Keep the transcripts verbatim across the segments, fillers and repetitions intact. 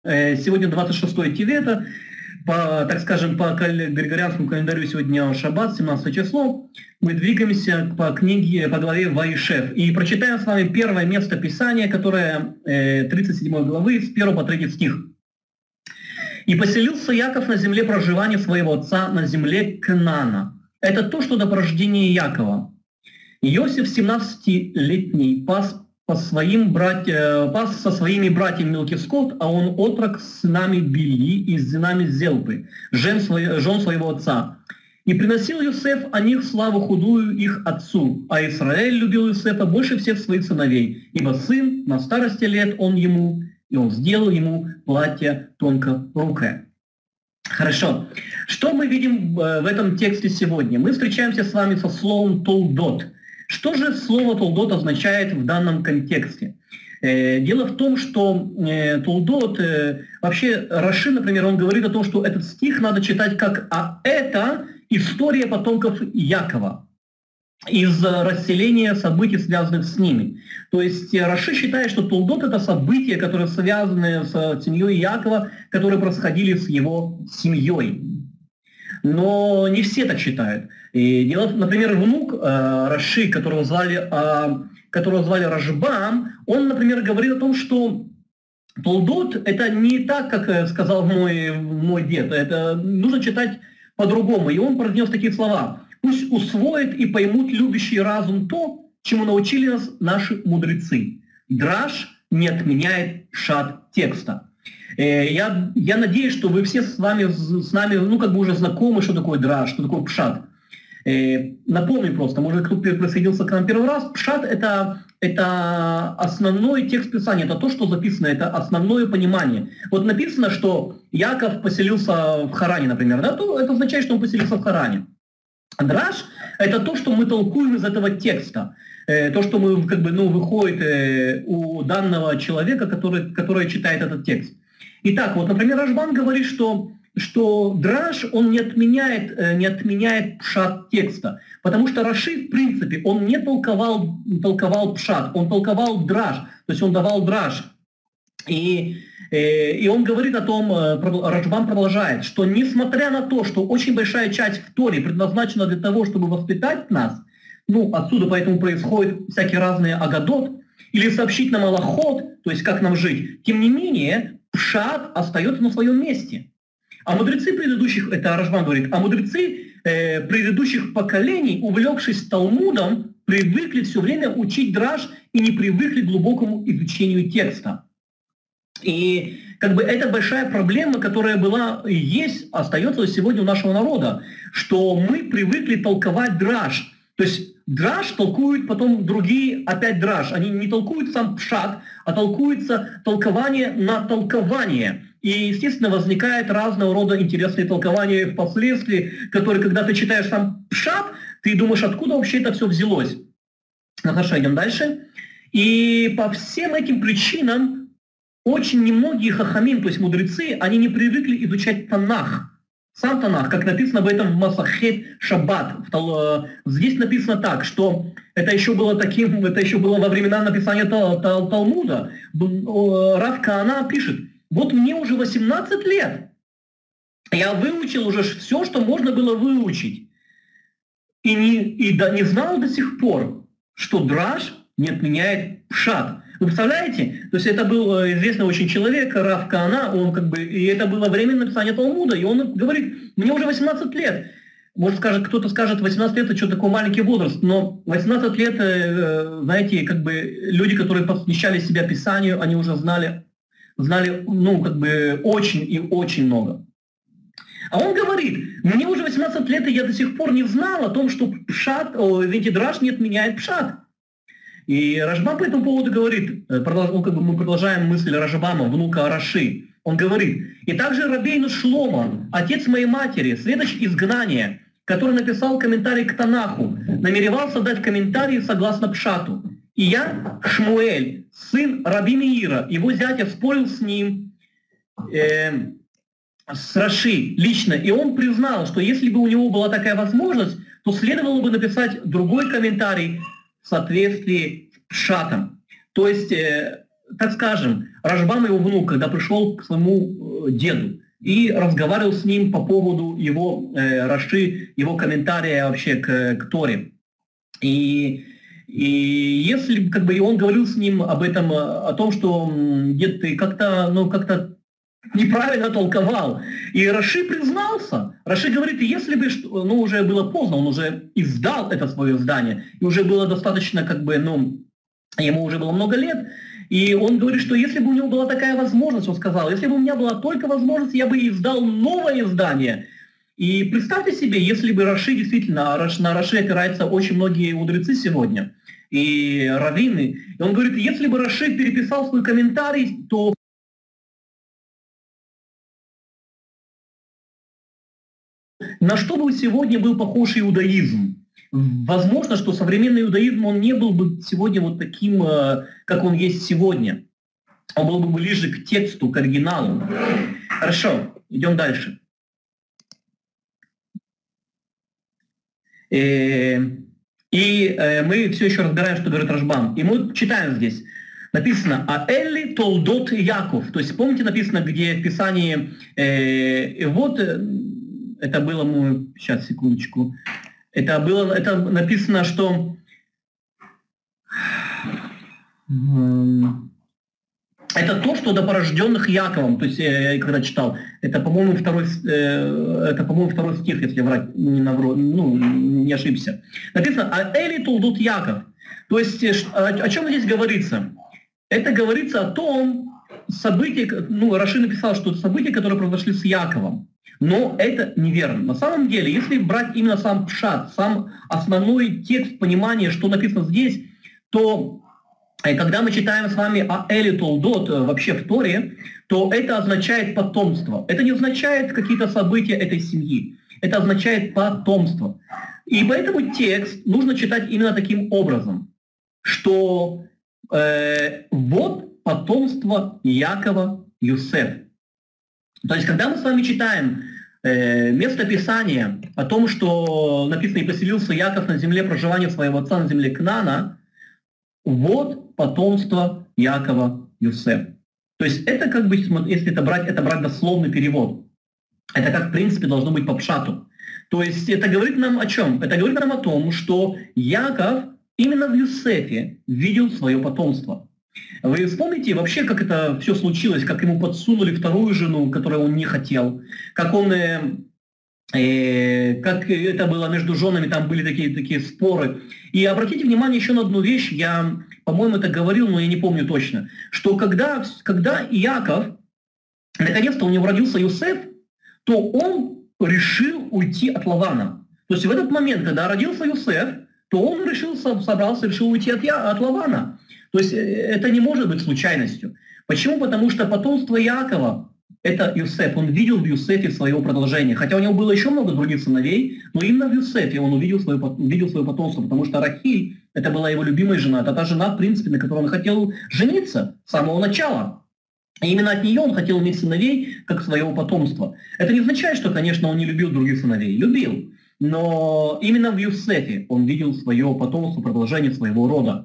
Сегодня двадцать шестое Тевета, по, так скажем, по григорианскому календарю сегодня шаббат, семнадцатое число. Мы двигаемся по книге, по главе Ваишев. И прочитаем с вами первое место Писания, которое тридцать седьмой главы, с первого по третий стих. «И поселился Яков на земле проживания своего отца, на земле Кнаана». Это то, что до порождения Якова. Иосиф, семнадцатилетний, пас по своим братьям, пас со своими братьями мелкий скот, а он отрок с сынами Били и с сынами Зелпы, жен, своего, жен своего отца. И приносил Иосиф о них славу худую их отцу, а Израиль любил Иосифа больше всех своих сыновей, ибо сын на старости лет он ему, и он сделал ему платье тонкорукое. Хорошо. Что мы видим в этом тексте сегодня? Мы встречаемся с вами со словом «толдот». Что же слово «толдот» означает в данном контексте? Дело в том, что «толдот», вообще Раши, например, он говорит о том, что этот стих надо читать как «а это история потомков Якова» из расселения событий, связанных с ними. То есть Раши считает, что «толдот» — это события, которые связаны с семьей Якова, которые происходили с его семьей. Но не все так считают. И дело, например, внук э, Раши, которого звали, э, которого звали Рашбам, он, например, говорит о том, что «толдот» — это не так, как сказал мой, мой дед. Это нужно читать по-другому. И он произнес такие слова: «Пусть усвоят и поймут любящий разум то, чему научили нас наши мудрецы. Драж не отменяет пшат текста». Я, я надеюсь, что вы все с вами, с нами, ну, как бы уже знакомы, что такое драж, что такое пшат. Напомню просто, может, кто присоединился к нам первый раз, пшат это, это основной текст Писания, это то, что записано, это основное понимание. Вот написано, что Яков поселился в Харане, например, да, то это означает, что он поселился в Харане. Драж – это то, что мы толкуем из этого текста, то, что мы, как бы, ну, выходит у данного человека, который, который читает этот текст. Итак, вот, например, Рашбан говорит, что, что драж, он не отменяет, не отменяет пшат текста, потому что Раши, в принципе, он не толковал, толковал пшат, он толковал драж, то есть он давал драж. И, и он говорит о том, Рашбан продолжает, что несмотря на то, что очень большая часть в Торе предназначена для того, чтобы воспитать нас, ну, отсюда поэтому происходят всякие разные агадот, или сообщить нам алахот, то есть как нам жить, тем не менее, пшат остается на своем месте. А мудрецы предыдущих, это Рашбан говорит, а мудрецы э, предыдущих поколений, увлекшись Талмудом, привыкли все время учить драж и не привыкли к глубокому изучению текста. И как бы это большая проблема, которая была и есть, остается сегодня у нашего народа, что мы привыкли толковать драж. То есть драж толкуют потом другие опять драж. Они не толкуют сам пшат, а толкуется толкование на толкование. И, естественно, возникает разного рода интересные толкования впоследствии, которые, когда ты читаешь сам пшат, ты думаешь, откуда вообще это все взялось. Ну, хорошо, идем дальше. И по всем этим причинам очень немногие хахамим, то есть мудрецы, они не привыкли изучать Танах. Сам Танах, как написано об этом в Масахет Шаббат. Здесь написано так, что это еще было таким, это еще было во времена написания Талмуда. Рав Каана пишет: вот мне уже восемнадцать лет, я выучил уже все, что можно было выучить. И не, и да, не знал до сих пор, что драж не отменяет пшат. Вы представляете? То есть это был известный очень человек, Рав Каана, он как бы, и это было время написания Талмуда, и он говорит: мне уже восемнадцать лет. Может, скажет, кто-то скажет, восемнадцать лет это что такой маленький возраст, но восемнадцать лет, знаете, как бы люди, которые посвящали себя Писанию, они уже знали, знали, ну, как бы очень и очень много. А он говорит: мне уже восемнадцать лет, и я до сих пор не знал о том, что пшат, о, извините, драж не отменяет пшат. И Рашбам по этому поводу говорит, ну, как бы мы продолжаем мысль Рашбама, внука Раши. Он говорит: и также Рабейну Шломо, отец моей матери, светоч изгнания, который написал комментарий к Танаху, намеревался дать комментарий согласно пшату. И я, Шмуэль, сын Раби Меира, его зятя, спорил с ним, э, с Раши лично, и он признал, что если бы у него была такая возможность, то следовало бы написать другой комментарий в соответствии с пшатом. То есть э, так скажем, Рашбам, его внук, когда пришел к своему э, деду и разговаривал с ним по поводу его э, Раши, его комментария вообще к, к Торе. И, и если как бы он говорил с ним об этом, о том, что дед, ты как-то, ну, как-то неправильно толковал. И Раши признался. Раши говорит, если бы, ну, уже было поздно, он уже издал это свое издание, и уже было достаточно, как бы, ну, ему уже было много лет, и он говорит, что если бы у него была такая возможность, он сказал, если бы у меня была только возможность, я бы издал новое издание. И представьте себе, если бы Раши действительно, на Раши опираются очень многие мудрецы сегодня, и раввины, и он говорит, если бы Раши переписал свой комментарий, то на что бы сегодня был похож иудаизм? Возможно, что современный иудаизм, он не был бы сегодня вот таким, как он есть сегодня. Он был бы ближе к тексту, к оригиналу. Хорошо, идем дальше. И мы все еще разбираем, что говорит Рашбам. И мы читаем здесь. Написано «А Элли толдот Яков». То есть помните, написано, где в Писании э, вот это было, мы, сейчас, секундочку, это было, это написано, что это то, что до порожденных Яковом, то есть я когда читал, это, по-моему, второй, это, по-моему, второй стих, если я врать не, навру, ну, не ошибся. Написано «А Эли толдут Яков». То есть о, о чем здесь говорится? Это говорится о том событии, ну, Раши написал, что это события, которые произошли с Яковом. Но это неверно. На самом деле, если брать именно сам пшат, сам основной текст понимания, что написано здесь, то когда мы читаем с вами о Эли Толдот вообще в Торе, то это означает потомство. Это не означает какие-то события этой семьи. Это означает потомство. И поэтому текст нужно читать именно таким образом, что э, вот потомство Якова Юсеф. То есть, когда мы с вами читаем э, место Писания о том, что написано «И поселился Яков на земле проживания своего отца, на земле Кнаана», вот потомство Якова Юсеф. То есть это как бы, если это брать, это брать дословный перевод. Это как в принципе должно быть по пшату. То есть это говорит нам о чем? Это говорит нам о том, что Яков именно в Юсефе видел свое потомство. Вы вспомните вообще, как это все случилось, как ему подсунули вторую жену, которую он не хотел, как он... Э, э, как это было между женами, там были такие, такие споры. И обратите внимание еще на одну вещь, я, по-моему, это говорил, но я не помню точно, что когда, когда Иаков, наконец-то у него родился Юсеф, то он решил уйти от Лавана. То есть в этот момент, когда родился Юсеф, то он решил, собрался, решил уйти от, от Лавана. То есть это не может быть случайностью. Почему? Потому что потомство Иакова – это Юсеф. Он видел в Юсефе своего продолжения. Хотя у него было еще много других сыновей, но именно в Юсефе он увидел свое, увидел свое потомство, потому что Рахиль – это была его любимая жена. Это та жена, в принципе, на которой он хотел жениться с самого начала. И именно от нее он хотел иметь сыновей, как своего потомства. Это не означает, что, конечно, он не любил других сыновей. Любил. Но именно в Юсефе он видел свое потомство, продолжение своего рода.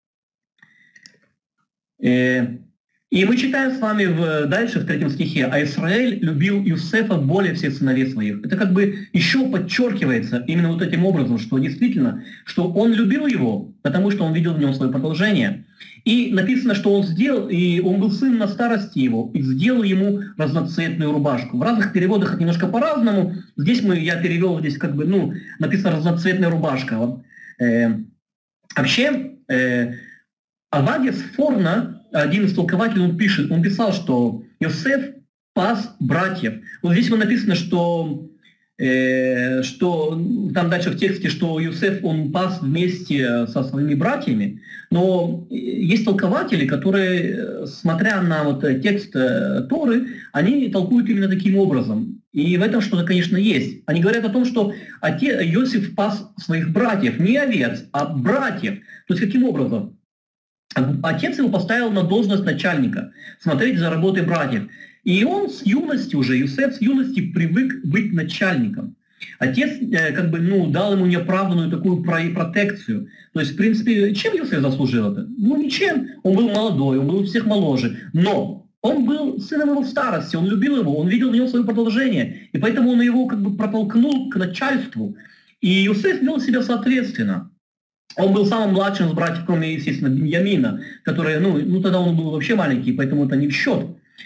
И мы читаем с вами в, дальше в третьем стихе, «А Израиль любил Юсефа более всех сыновей своих». Это как бы еще подчеркивается именно вот этим образом, что действительно, что он любил его, потому что он видел в нем свое продолжение. И написано, что он сделал, и он был сын на старости его, и сделал ему разноцветную рубашку. В разных переводах это немножко по-разному. Здесь мы, я перевел, здесь как бы, ну, написано разноцветная рубашка. Э, вообще, э, Авадия Сфорна, один из толкователей, он пишет, он писал, что Йосеф пас братьев. Вот здесь написано, что, э, что там дальше в тексте, что Йосеф, он пас вместе со своими братьями. Но есть толкователи, которые, смотря на вот текст Торы, они толкуют именно таким образом. И в этом что-то, конечно, есть. Они говорят о том, что отец, Иосиф пас своих братьев, не овец, а братьев. То есть каким образом? Отец его поставил на должность начальника, смотреть за работой братьев. И он с юности уже, Юсеф с юности привык быть начальником. Отец э, как бы, ну, дал ему неоправданную такую про- протекцию. То есть, в принципе, чем Иосиф заслужил это? Ну, ничем. Он был молодой, он был у всех моложе. Но он был сыном его в старости, он любил его, он видел в нем свое продолжение. И поэтому он его как бы протолкнул к начальству. И Иосиф вел себя соответственно. Он был самым младшим из братьев, кроме, естественно, Беньямина, который, ну, ну тогда он был вообще маленький, поэтому это не в счет.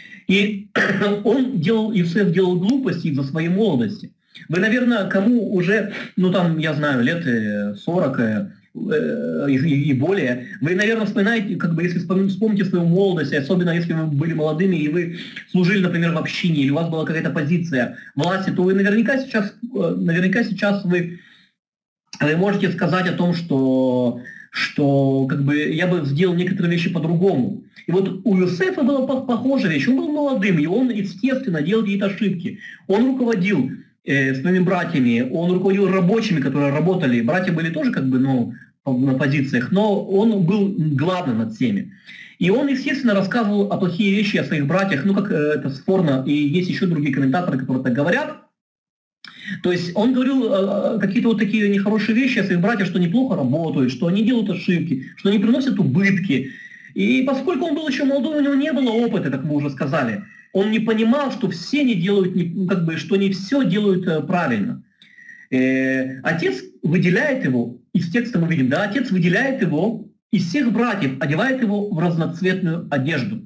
И он делал, Иосиф делал глупости из-за своей молодости. Вы, наверное, кому уже, ну там, я знаю, лет сорок э, и, и более, вы, наверное, вспоминаете, как бы, если вспомните свою молодость, особенно если вы были молодыми и вы служили, например, в общине, или у вас была какая-то позиция власти, то вы наверняка сейчас, наверняка сейчас вы, вы можете сказать о том, что, что как бы, я бы сделал некоторые вещи по-другому. И вот у Иосифа была похожая вещь. Он был молодым, и он, естественно, делал какие-то ошибки. Он руководил э, своими братьями, он руководил рабочими, которые работали. Братья были тоже как бы, ну, на позициях, но он был главным над всеми. И он, естественно, рассказывал о плохие вещи о своих братьях, ну, как э, это спорно, и есть еще другие комментаторы, которые так говорят. То есть он говорил э, какие-то вот такие нехорошие вещи о своих братьях, что они плохо работают, что они делают ошибки, что они приносят убытки. И поскольку он был еще молодой, у него не было опыта, как мы уже сказали, он не понимал, что все не делают, не, как бы, что не все делают э, правильно. Э, отец выделяет его, из текста мы видим, да, отец выделяет его из всех братьев, одевает его в разноцветную одежду.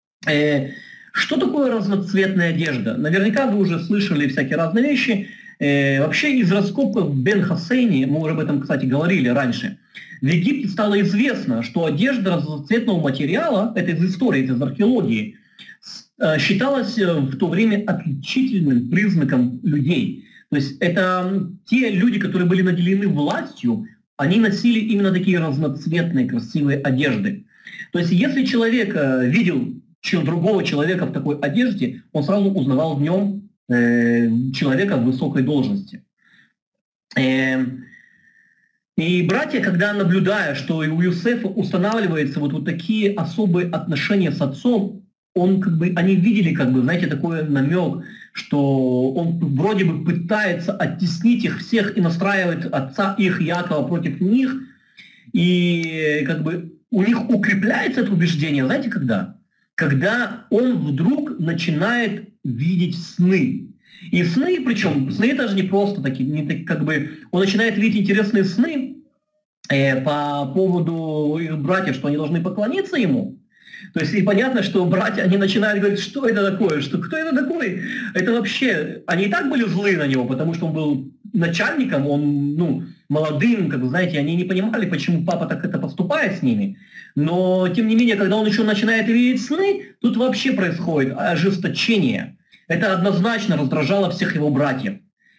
Э, что такое разноцветная одежда? Наверняка вы уже слышали всякие разные вещи. Э, вообще из раскопок в Бен-Хасейне, мы уже об этом, кстати, говорили раньше, в Египте стало известно, что одежда разноцветного материала, это из истории, это из археологии, считалась в то время отличительным признаком людей. То есть это те люди, которые были наделены властью, они носили именно такие разноцветные красивые одежды. То есть если человек видел другого человека в такой одежде, он сразу узнавал в нем э, человека в высокой должности. Э, И братья, когда наблюдая, что у Иосифа устанавливаются вот, вот такие особые отношения с отцом, он, как бы, они видели, как бы, знаете, такой намек, что он вроде бы пытается оттеснить их всех и настраивает отца их, Якова, против них. И как бы у них укрепляется это убеждение, знаете, когда? Когда он вдруг начинает видеть сны. И сны, причем сны даже не просто такие, не так, как бы он начинает видеть интересные сны э, по поводу их братьев, что они должны поклониться ему. То есть и понятно, что братья, они начинают говорить, что это такое, что кто это такой? Это вообще, они и так были злы на него, потому что он был начальником, он, ну, молодым, как вы знаете, они не понимали, почему папа так это поступает с ними. Но, тем не менее, когда он еще начинает видеть сны, тут вообще происходит ожесточение. Это однозначно раздражало всех его братьев.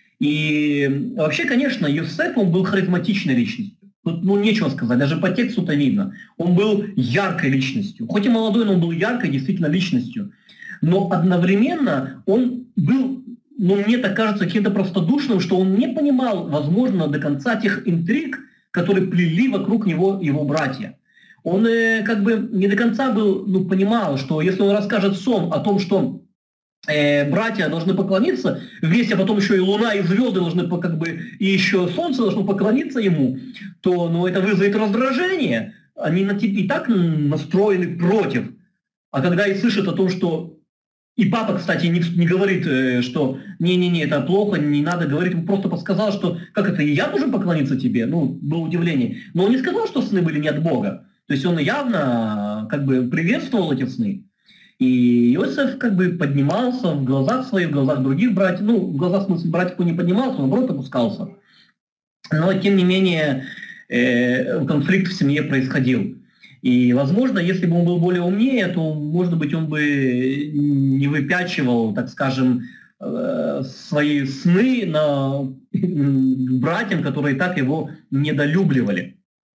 И вообще, конечно, Иосиф, он был харизматичной личностью. Тут, ну, нечего сказать, даже по тексту-то видно. Он был яркой личностью. Хоть и молодой, но он был яркой, действительно, личностью. Но одновременно он был, ну, мне так кажется, каким-то простодушным, что он не понимал, возможно, до конца тех интриг, которые плели вокруг него его братья. Он э, как бы не до конца был, ну, понимал, что если он расскажет сон о том, что э, братья должны поклониться вместе, а потом еще и луна, и звезды должны, как бы, и еще солнце должно поклониться ему, то, ну, это вызовет раздражение. Они и так настроены против. А когда и слышат о том, что... И папа, кстати, не, не говорит, что не-не-не, это плохо, не надо говорить, он просто подсказал, что как это, и я должен поклониться тебе? Ну, было удивление. Но он не сказал, что сны были не от Бога. То есть он явно как бы приветствовал эти сны. И Иосиф как бы поднимался в глазах своих, в глазах других братьев, ну, в глазах, в смысле, братьев он не поднимался, он наоборот опускался. Но, тем не менее, э, конфликт в семье происходил. И, возможно, если бы он был более умнее, то, может быть, он бы не выпячивал, так скажем, э, свои сны на братьям, которые так его недолюбливали.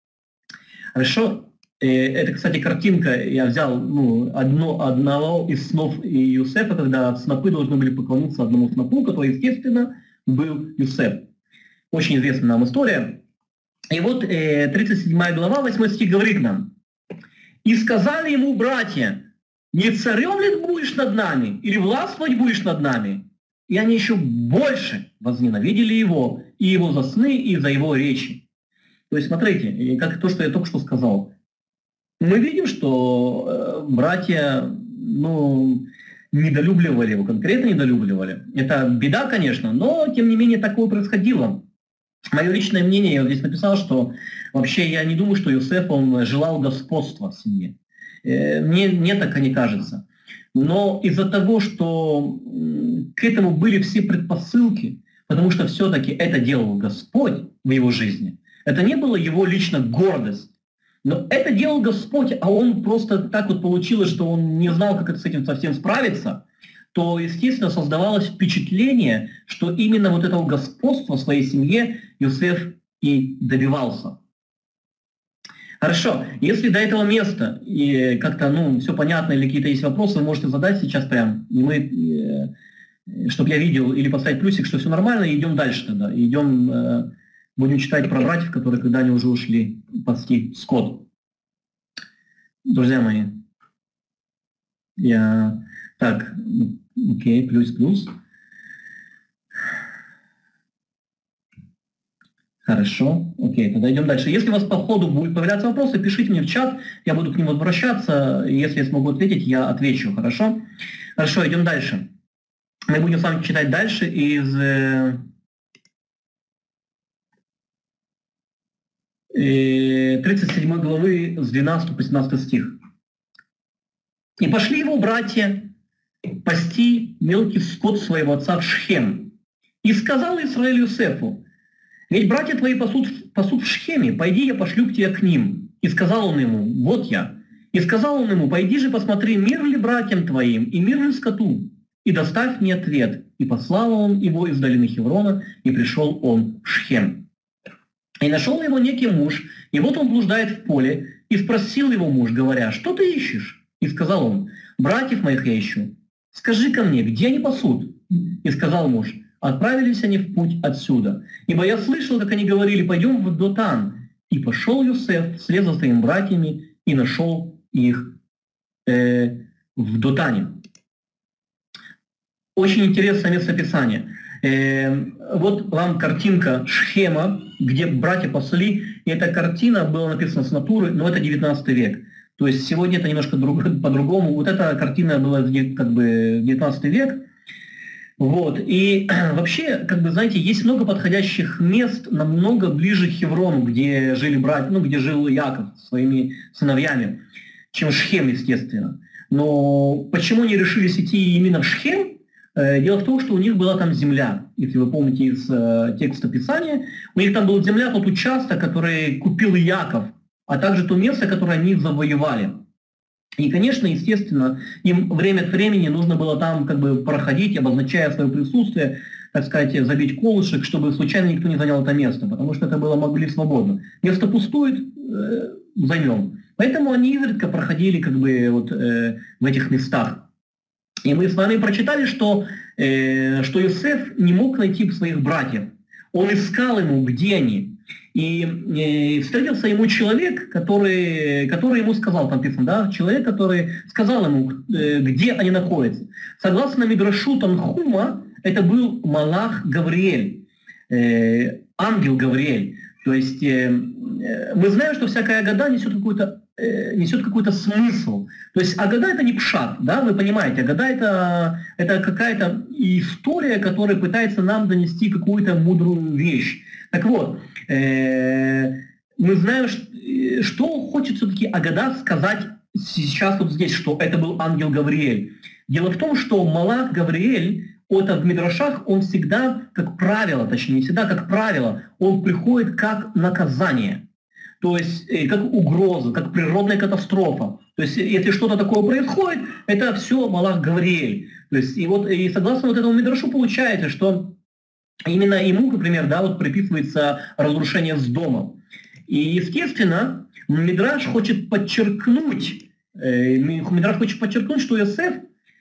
Хорошо. Это, кстати, картинка, я взял, ну, одно, одного из снов Иосифа, когда снопы должны были поклониться одному снопу, который, естественно, был Иосиф. Очень известная нам история. И вот э, тридцать седьмая глава, восьмой стих говорит нам: «И сказали ему братья: не царем ли будешь над нами, или властвовать будешь над нами?» и они еще больше возненавидели его, и его за сны, и за его речи. То есть, смотрите, как то, что я только что сказал. Мы видим, что э, братья, ну, недолюбливали его, конкретно недолюбливали. Это беда, конечно, но, тем не менее, такое происходило. Мое личное мнение, я вот здесь написал, что вообще я не думаю, что Иосиф, он желал господства в семье. Э, мне, мне так не кажется. Но из-за того, что к этому были все предпосылки, потому что все-таки это делал Господь в его жизни, это не было его лично гордость, но это делал Господь, а он просто так вот получилось, что он не знал, как с этим совсем справиться, то, естественно, создавалось впечатление, что именно вот этого господства в своей семье Иосиф и добивался. Хорошо, если до этого места и как-то, ну, все понятно или какие-то есть вопросы, вы можете задать сейчас прям, и мы, э, чтобы я видел, или поставить плюсик, что все нормально, и идем дальше тогда. Идем, э, будем читать про братьев, которые когда они уже ушли пасти скот. Друзья мои, я... Так, окей, плюс-плюс. Хорошо, окей, тогда идем дальше. Если у вас по ходу будут появляться вопросы, пишите мне в чат, я буду к ним возвращаться. Если я смогу ответить, я отвечу, хорошо? Хорошо, идем дальше. Мы будем с вами читать дальше из э, э, тридцать седьмой главы с двенадцатого по семнадцатый стих. «И пошли его братья пасти мелкий скот своего отца в Шхем. И сказал Израиль Иосифу: ведь братья твои пасут, пасут в Шхеме, пойди, я пошлю к тебе к ним. И сказал он ему: вот я. И сказал он ему: пойди же посмотри, мир ли братьям твоим, и мир ли скоту, и доставь мне ответ. И послал он его из долины Хеврона, и пришел он в Шхем. И нашел его некий муж, и вот он блуждает в поле, и спросил его муж, говоря: что ты ищешь? И сказал он: братьев моих я ищу. Скажи ко мне, где они пасут? И сказал муж: отправились они в путь отсюда. Ибо я слышал, как они говорили: пойдем в Дотан. И пошел Иосиф вслед за своими братьями и нашел их э, в Дотане». Очень интересное местописание. Э, вот вам картинка Шхема, где братья пасли. И эта картина была написана с натуры, но это девятнадцатый век. То есть сегодня это немножко друг, по-другому. Вот эта картина была как бы девятнадцатый век. Вот. И вообще, как бы, знаете, есть много подходящих мест намного ближе к Хеврону, где жили братья, ну, где жил Яков со своими сыновьями, чем Шхем, естественно. Но почему они решились идти именно в Шхем? Дело в том, что у них была там земля. Если вы помните из э, текста Писания, у них там была земля, тот участок, который купил Яков, а также то место, которое они завоевали. И, конечно, естественно, им время от времени нужно было там как бы проходить, обозначая свое присутствие, так сказать, забить колышек, чтобы случайно никто не занял это место, потому что это было могли свободно. Место пустует, э, займем. Поэтому они изредка проходили как бы вот э, в этих местах. И мы с вами прочитали, что, э, что Иосиф не мог найти своих братьев. Он искал ему, где они. И э, встретился ему человек, который, который ему сказал, там написано, да, человек, который сказал ему, э, где они находятся. Согласно Мидрашу Танхума, это был Малах Гавриэль, э, ангел Гавриэль. То есть э, мы знаем, что всякая Агада несет какой-то э, несет какой-то смысл. То есть Агада это не пшат, да, вы понимаете, Агада это, это какая-то история, которая пытается нам донести какую-то мудрую вещь. Так вот, э, мы знаем, что, что хочет все-таки Агада сказать сейчас вот здесь, что это был ангел Гавриэль. Дело в том, что Малах Гавриэль, это в Мидрашах, он всегда, как правило, точнее не всегда, как правило, он приходит как наказание. То есть как угроза, как природная катастрофа. То есть если что-то такое происходит, это все Малах Гавриэль. То есть и вот и согласно вот этому Мидрашу получается, что именно ему, например, да, вот приписывается разрушение с домом. И естественно, Мидраш хочет подчеркнуть, э, Мидраш хочет подчеркнуть, что Иосиф,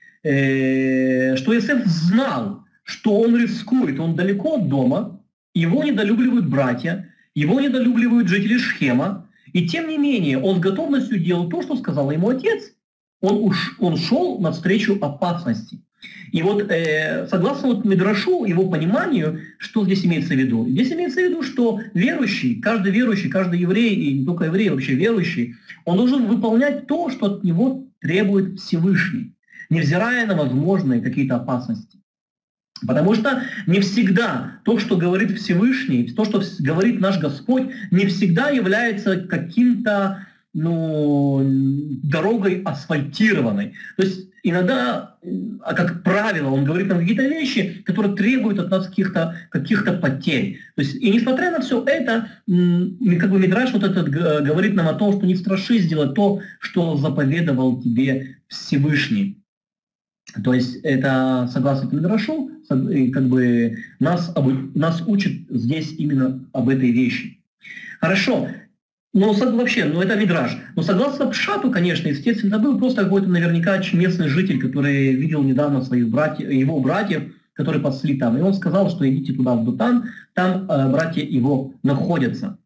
э, что Иосиф знал, что он рискует, он далеко от дома, его недолюбливают братья, его недолюбливают жители Шхема, и тем не менее он с готовностью делал то, что сказал ему отец. Он, уж, он шел навстречу опасности. И вот э, согласно вот Мидрашу, его пониманию, что здесь имеется в виду? Здесь имеется в виду, что верующий, каждый верующий, каждый еврей, и не только еврей, вообще верующий, он должен выполнять то, что от него требует Всевышний, невзирая на возможные какие-то опасности. Потому что не всегда то, что говорит Всевышний, то, что говорит наш Господь, не всегда является каким-то, ну, дорогой асфальтированной. То есть иногда, а как правило, он говорит нам какие-то вещи, которые требуют от нас каких-то каких-то потерь. То есть, и несмотря на все это, как бы Мидраш вот этот говорит нам о том, что не страшись сделать то, что заповедовал тебе Всевышний. То есть это, согласно Мидрашу, как бы нас, нас учат здесь именно об этой вещи. Хорошо. Но вообще, ну это Мидраш. Но согласно Пшату, конечно, естественно, это был просто какой-то наверняка местный житель, который видел недавно своих братьев, его братьев, которые пасли там. И он сказал, что идите туда, в Дотан, там э, братья его находятся.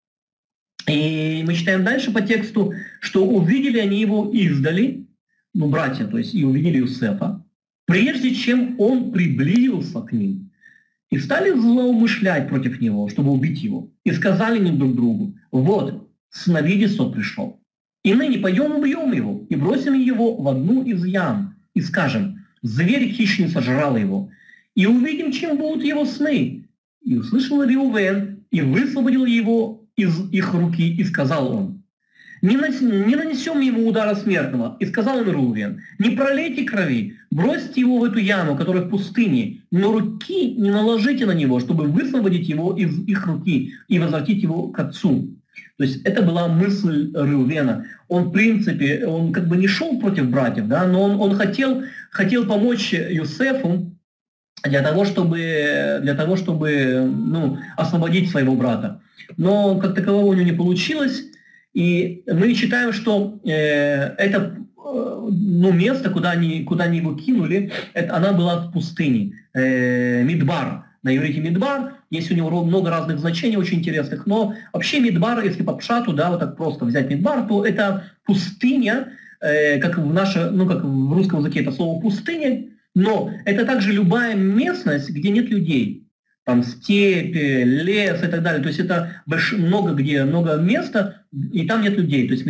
И мы читаем дальше по тексту, что увидели они его издали, ну братья, то есть и увидели Иосифа, прежде чем он приблизился к ним. И стали злоумышлять против него, чтобы убить его. И сказали они друг другу: вот, сновидец пришел. И ныне пойдем убьем его, и бросим его в одну из ям, и скажем: зверь хищный сожрал его. И увидим, чем будут его сны. И услышал Реувен, и высвободил его из их руки, и сказал он: не нанесем ему удара смертного. И сказал им Реувен: не пролейте крови, бросьте его в эту яму, которая в пустыне, но руки не наложите на него, чтобы высвободить его из их руки и возвратить его к отцу. То есть это была мысль Реувена. Он, в принципе, он как бы не шел против братьев, да, но он, он хотел, хотел помочь Йосефу для того, чтобы, для того, чтобы ну, освободить своего брата. Но как такового у него не получилось. И мы читаем, что э, это э, ну, место, куда они, куда они его кинули, это, она была в пустыне. Э, Мидбар. На иврите Мидбар. Есть у него много разных значений, очень интересных. Но вообще Мидбар, если по пшату, да, вот так просто взять Мидбар, то это пустыня, э, как, в наше, ну, как в русском языке это слово пустыня, но это также любая местность, где нет людей. Там степь, лес и так далее. То есть это больш... много где, много места, и там нет людей. То есть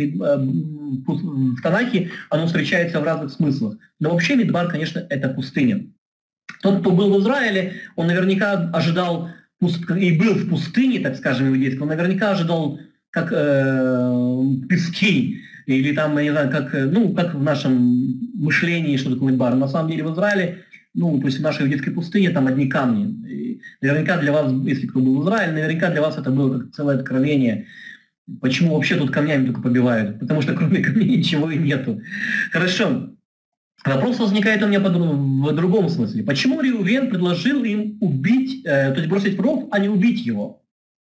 в Танахе оно встречается в разных смыслах. Но вообще Мидбар, конечно, это пустыня. Тот, кто был в Израиле, он наверняка ожидал, и был в пустыне, так скажем, иудейской, он наверняка ожидал как э, пески, или там, я не знаю, как, ну, как в нашем мышлении, что такое Мидбар. На самом деле в Израиле, ну, то есть в нашей иудейской пустыне там одни камни. И наверняка для вас, если кто был в Израиле, наверняка для вас это было как целое откровение. Почему вообще тут камнями только побивают? Потому что кроме камней ничего и нету. Хорошо. Вопрос возникает у меня в другом смысле. Почему Реувен предложил им убить, э, то есть бросить в ров, а не убить его?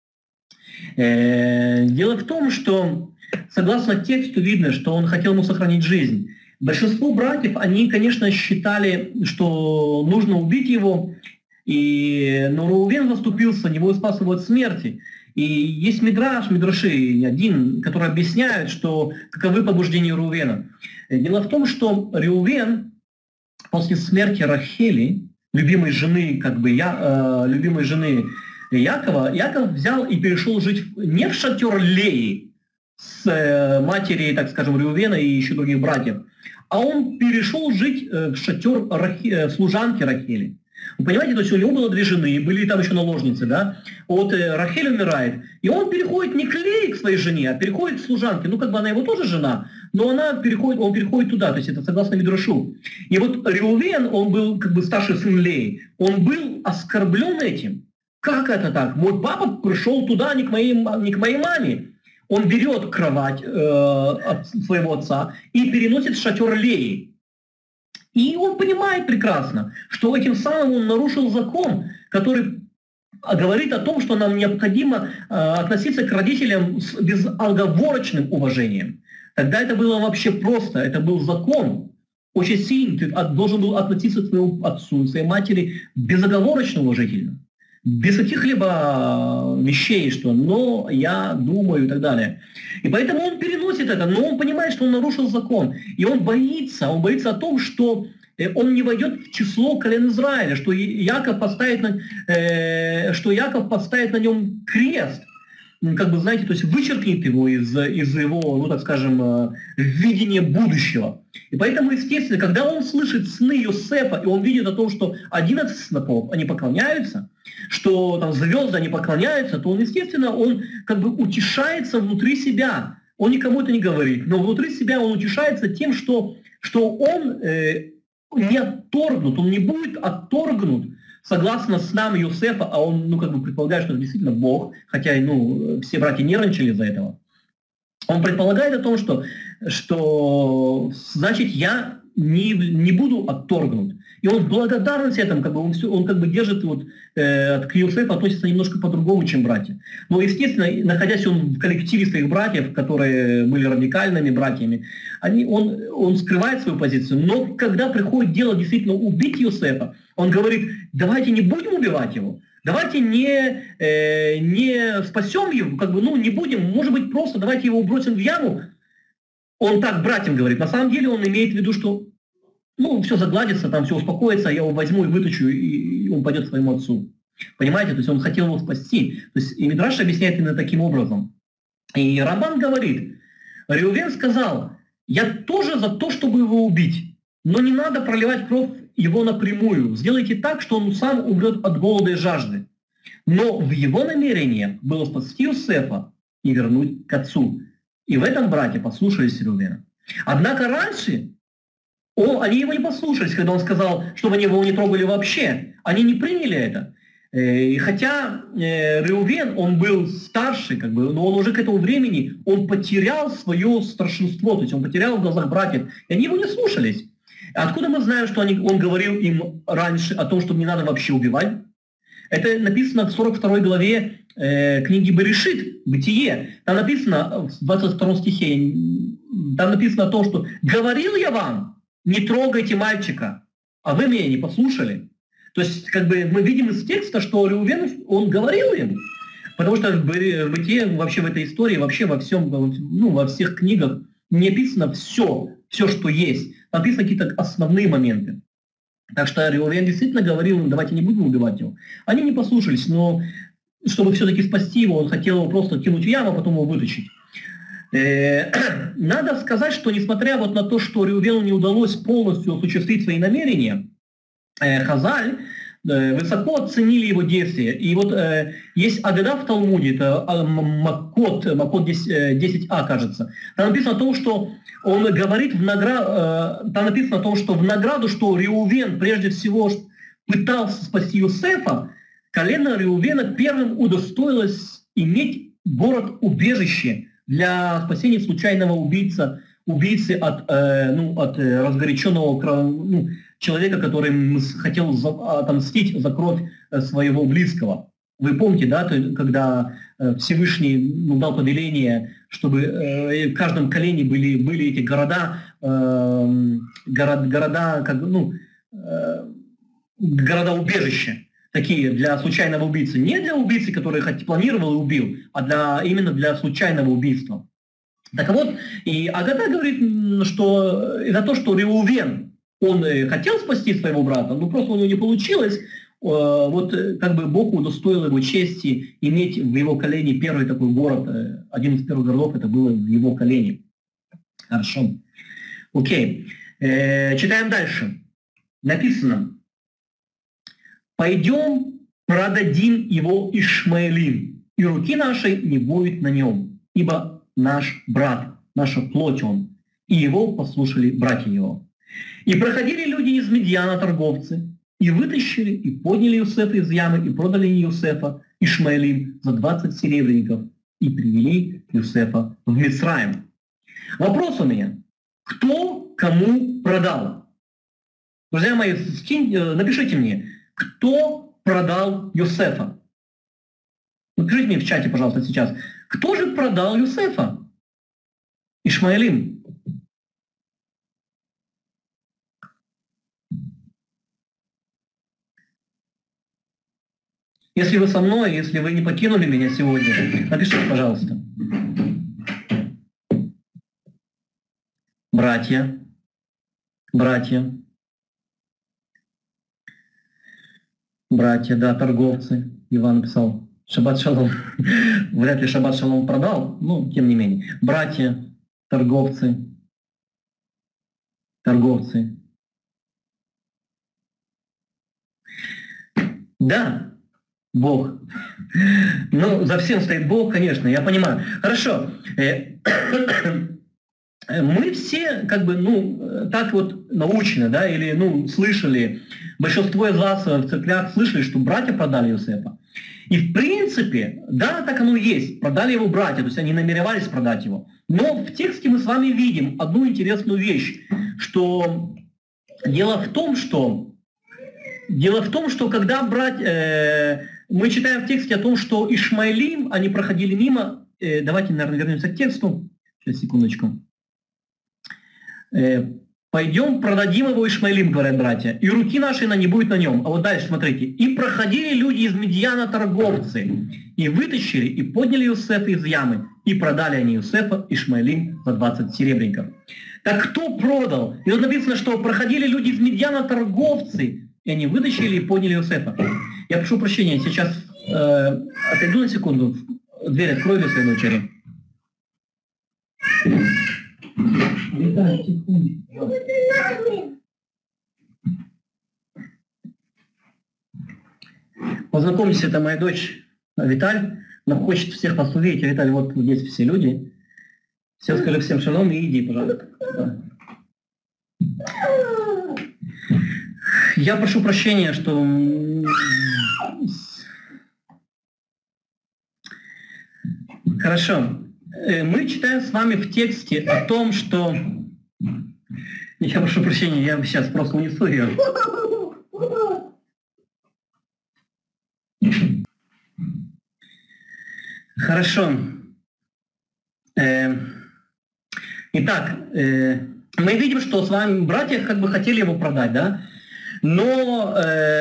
Э, дело в том, что согласно тексту видно, что он хотел ему сохранить жизнь. Большинство братьев, они, конечно, считали, что нужно убить его, и, но Реувен заступился, него спас его от смерти. И есть мидраш, мидраши один, который объясняет, что каковы побуждения Реувена. Дело в том, что Реувен после смерти Рахели, любимой жены, как бы я, э, любимой жены Якова, Яков взял и перешел жить не в шатер Леи с э, матерью, так скажем, Реувена и еще других братьев, а он перешел жить э, в шатер Рахи, э, служанки Рахели. Вы понимаете, то есть у него было две жены, были там еще наложницы, да? Вот э, Рахель умирает, и он переходит не к Лее, к своей жене, а переходит к служанке. Ну, как бы она его тоже жена, но она переходит, он переходит туда, то есть это согласно Мидрашу. И вот Реувен, он был как бы старший сын Леи, он был оскорблен этим. Как это так? Мой папа пришел туда не к моей, не к моей маме. Он берет кровать э, от своего отца и переносит в шатер Леи. И он понимает прекрасно, что этим самым он нарушил закон, который говорит о том, что нам необходимо э, относиться к родителям с безоговорочным уважением. Тогда это было вообще просто, это был закон. Очень сильный, ты должен был относиться к своему отцу, к своей матери безоговорочно уважительно. Без каких-либо вещей, что «но я думаю» и так далее. И поэтому он переносит это, но он понимает, что он нарушил закон. И он боится, он боится о том, что он не войдет в число колен Израиля, что Яков поставит на, э, что Яков поставит на нем крест, как бы, знаете, то есть вычеркнет его из, из его, ну, так скажем, видения будущего. И поэтому, естественно, когда он слышит сны Йосефа, и он видит о том, что одиннадцать снопов, они поклоняются, что там звезды, они поклоняются, то он, естественно, он как бы утешается внутри себя. Он никому это не говорит, но внутри себя он утешается тем, что, что он э, не отторгнут, он не будет отторгнут согласно снам Йосефа, а он, ну, как бы предполагает, что это действительно Бог, хотя, ну, все братья нервничали из-за этого. Он предполагает о том, что, что значит, я не, не буду отторгнут. И он благодарен этому, как бы он, все, он как бы держит, вот, э, к Йосефу относится немножко по-другому, чем братья. Но, естественно, находясь он в коллективе своих братьев, которые были радикальными братьями, они, он, он скрывает свою позицию. Но когда приходит дело действительно убить Йосефа, он говорит, давайте не будем убивать его, давайте не, э, не спасем его, как бы, ну, не будем, может быть, просто давайте его бросим в яму. Он так братьям говорит. На самом деле он имеет в виду, что ну, все загладится, там все успокоится, я его возьму и вытащу, и он пойдет к своему отцу. Понимаете? То есть он хотел его спасти. То есть и Мидраш объясняет именно таким образом. И Рамбан говорит, Реувен сказал, я тоже за то, чтобы его убить, но не надо проливать кровь его напрямую. Сделайте так, что он сам умрет от голода и жажды. Но в его намерении было спасти Йосефа и вернуть к отцу. И в этом братья послушались Реувена. Однако раньше О, они его не послушались, когда он сказал, чтобы они его не трогали вообще. Они не приняли это. И хотя э, Реувен, он был старше, как бы, но он уже к этому времени, он потерял свое старшинство, то есть он потерял в глазах братьев, и они его не слушались. Откуда мы знаем, что они, он говорил им раньше о том, что не надо вообще убивать? Это написано в сорок второй главе э, книги Берешит, Бытие. Там написано в двадцать втором стихе, там написано о том, что «говорил я вам, не трогайте мальчика, а вы меня не послушали». То есть, как бы мы видим из текста, что Реувен, он говорил им, потому что в Бытие, вообще в этой истории, вообще во всем, ну, во всех книгах не описано все, все, что есть. Написаны какие-то основные моменты. Так что Реувен действительно говорил им, давайте не будем убивать его. Они не послушались, но чтобы все-таки спасти его, он хотел его просто кинуть в яму, а потом его вытащить. Надо сказать, что несмотря вот на то, что Реувену не удалось полностью осуществить свои намерения, Хазаль высоко оценили его действия. И вот э, есть Агада в Талмуде, это Макот, Макот десять а, кажется. Там написано о том, что он говорит в награду, э, там написано о том, что в награду, что Реувен прежде всего пытался спасти Йосефа, колено Реувена первым удостоилось иметь город-убежище для спасения случайного убийца, убийцы от, э, ну, от э, разгоряченного ну, человека, который хотел за, отомстить за кровь своего близкого. Вы помните, да, то, когда э, Всевышний ну, дал повеление, чтобы э, в каждом колене были, были эти города, э, город, города, как, ну, э, города-убежища, такие для случайного убийцы. Не для убийцы, который хоть планировал и убил, а для, именно для случайного убийства. Так вот, и Агада говорит, что за то, что Реувен, он хотел спасти своего брата, но просто у него не получилось, вот как бы Бог удостоил его чести иметь в его колене первый такой город, один из первых городов, это было в его колене. Хорошо. Окей. Э, читаем дальше. Написано. «Пойдем, продадим его Ишмаэлим, и руки нашей не будет на нем, ибо наш брат, наша плоть он». И его послушали братья его. «И проходили люди из Медьяна, торговцы, и вытащили, и подняли Йосефа из ямы, и продали Йосефа Ишмаэлим за двадцать серебряников, и привели Йосефа в Мицраим». Вопрос у меня. Кто кому продал? Друзья мои, скинь, напишите мне, кто продал Йосефа? Напишите мне в чате, пожалуйста, сейчас. Кто же продал Йосефа? Ишмаэлим. Если вы со мной, если вы не покинули меня сегодня, напишите, пожалуйста. Братья, братья, Братья, да, торговцы. Иван написал. Шаббат шалом. Вряд ли шаббат шалом продал, но тем не менее. Братья, торговцы. Торговцы. Да, Бог. Ну, за всем стоит Бог, конечно, я понимаю. Хорошо. Мы все, как бы, ну, так вот научно, да, или, ну, слышали, большинство из вас в церквях слышали, что братья продали Иосифа. И, в принципе, да, так оно и есть. Продали его братья, то есть они намеревались продать его. Но в тексте мы с вами видим одну интересную вещь, что дело в том, что, дело в том, что когда брать, э, мы читаем в тексте о том, что Ишмаэлим, они проходили мимо, э, давайте, наверное, вернемся к тексту, сейчас, секундочку. Пойдем продадим его Ишмаэлим, говорят братья, и руки нашей на не будет на нем. А вот дальше смотрите. И проходили люди из Медьяна торговцы, и вытащили, и подняли Иосифа из ямы, и продали они Иосифа Ишмаэлим за двадцать серебряников. Так кто продал? И вот написано, что проходили люди из Медьяна торговцы, и они вытащили и подняли Иосифа. Я прошу прощения, сейчас э, отойду на секунду, дверь открою для своей дочери. Познакомьтесь, это моя дочь Виталь. Она хочет всех вас увидеть. Виталь, вот здесь все люди. Все, скажи всем шалом и иди, пожалуйста. Да. Я прошу прощения, что... Хорошо. Мы читаем с вами в тексте о том, что... Я прошу прощения, я сейчас просто унесу ее. Хорошо. Итак, мы видим, что с вами братья как бы хотели его продать, да? Но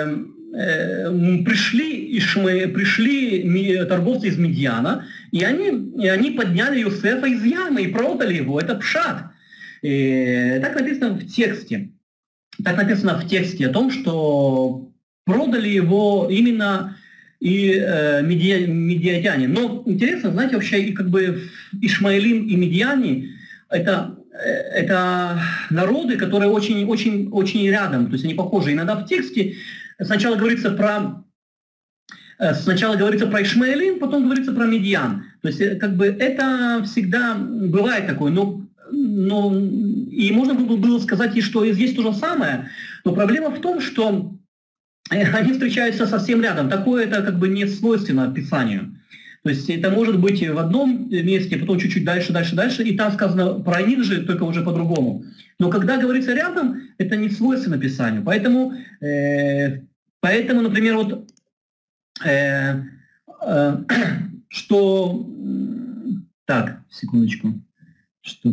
пришли, Ишмэ, пришли торговцы из Медьяна, и они, и они подняли Иосифа из ямы и продали его. Это пшат. И так написано в тексте. Так написано в тексте о том, что продали его именно и э, медиа, медиатяне. Но интересно, знаете, вообще и как бы Ишмаэлим и Медьяне это, это народы, которые очень, очень, очень рядом, то есть они похожи. Иногда в тексте сначала говорится про Сначала говорится про Ишмаэлим, потом говорится про Медьян. То есть как бы это всегда бывает такое, но, но и можно было сказать, и что здесь то же самое, но проблема в том, что они встречаются совсем рядом. Такое это как бы не свойственно Писанию. То есть это может быть в одном месте, потом чуть-чуть дальше, дальше, дальше, и там сказано про них же, только уже по-другому. Но когда говорится рядом, это не свойственно Писанию. Поэтому, э, поэтому например, вот Э, э, что... Так, секундочку. Что...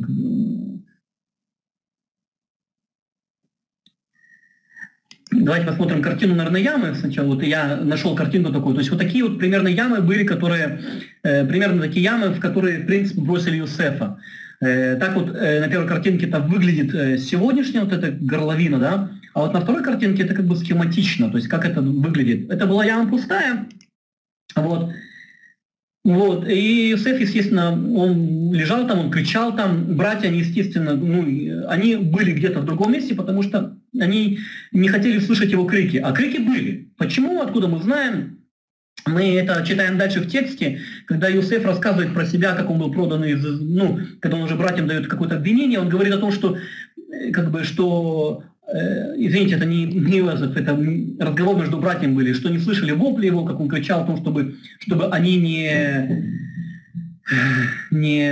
Давайте посмотрим картину, наверное, ямы сначала. Вот я нашел картинку такую. То есть вот такие вот примерно ямы были, которые... Э, примерно такие ямы, в которые, в принципе, бросили Иосифа. Э, так вот э, на первой картинке это выглядит э, сегодняшняя вот эта горловина, да? А вот на второй картинке это как бы схематично, то есть как это выглядит. Это была яма пустая, вот. Вот. И Иосиф, естественно, он лежал там, он кричал там, братья, они, естественно, ну, они были где-то в другом месте, потому что они не хотели слышать его крики, а крики были. Почему, откуда мы знаем? Мы это читаем дальше в тексте, когда Иосиф рассказывает про себя, как он был продан, из, ну, когда он уже братьям дает какое-то обвинение, он говорит о том, что, как бы, что э, извините, это не, не Иосиф, это разговор между братьями были, что не слышали вопли его, как он кричал о том, чтобы, чтобы они не, не,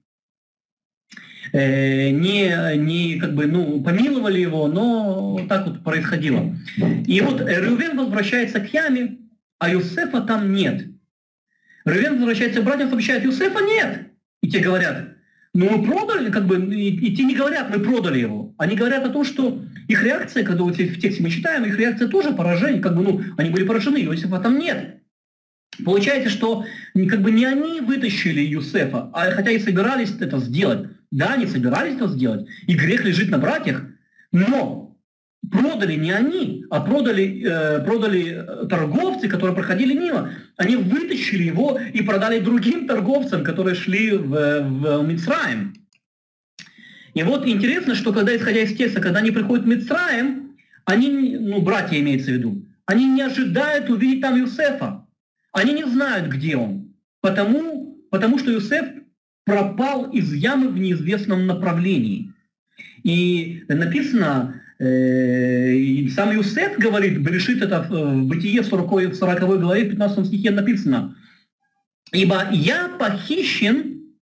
э, не, не как бы, ну, помиловали его, но так вот происходило. И вот Рувен возвращается к яме, а Иосифа там нет. Рувен возвращается к братьям, сообщает: Иосифа нет. И те говорят: ну мы продали, как бы, и, и те не говорят, мы продали его. Они говорят о том, что их реакция, когда вот в тексте мы читаем, их реакция тоже поражение, как бы, ну, они были поражены, Иосифа там нет. Получается, что как бы не они вытащили Иосифа, а хотя и собирались это сделать. Да, они собирались это сделать, и грех лежит на братьях, но продали не они, а продали, э, продали торговцы, которые проходили мимо. Они вытащили его и продали другим торговцам, которые шли в, в Мицраим. И вот интересно, что когда, исходя из текста, когда они приходят в Мицраим, они, ну, братья имеется в виду, они не ожидают увидеть там Иосифа. Они не знают, где он. Потому, потому что Иосиф пропал из ямы в неизвестном направлении. И написано, э, сам Иосиф говорит, Берешит, это в Бытие в сороковой главе, в пятнадцатом стихе написано: «Ибо я похищен,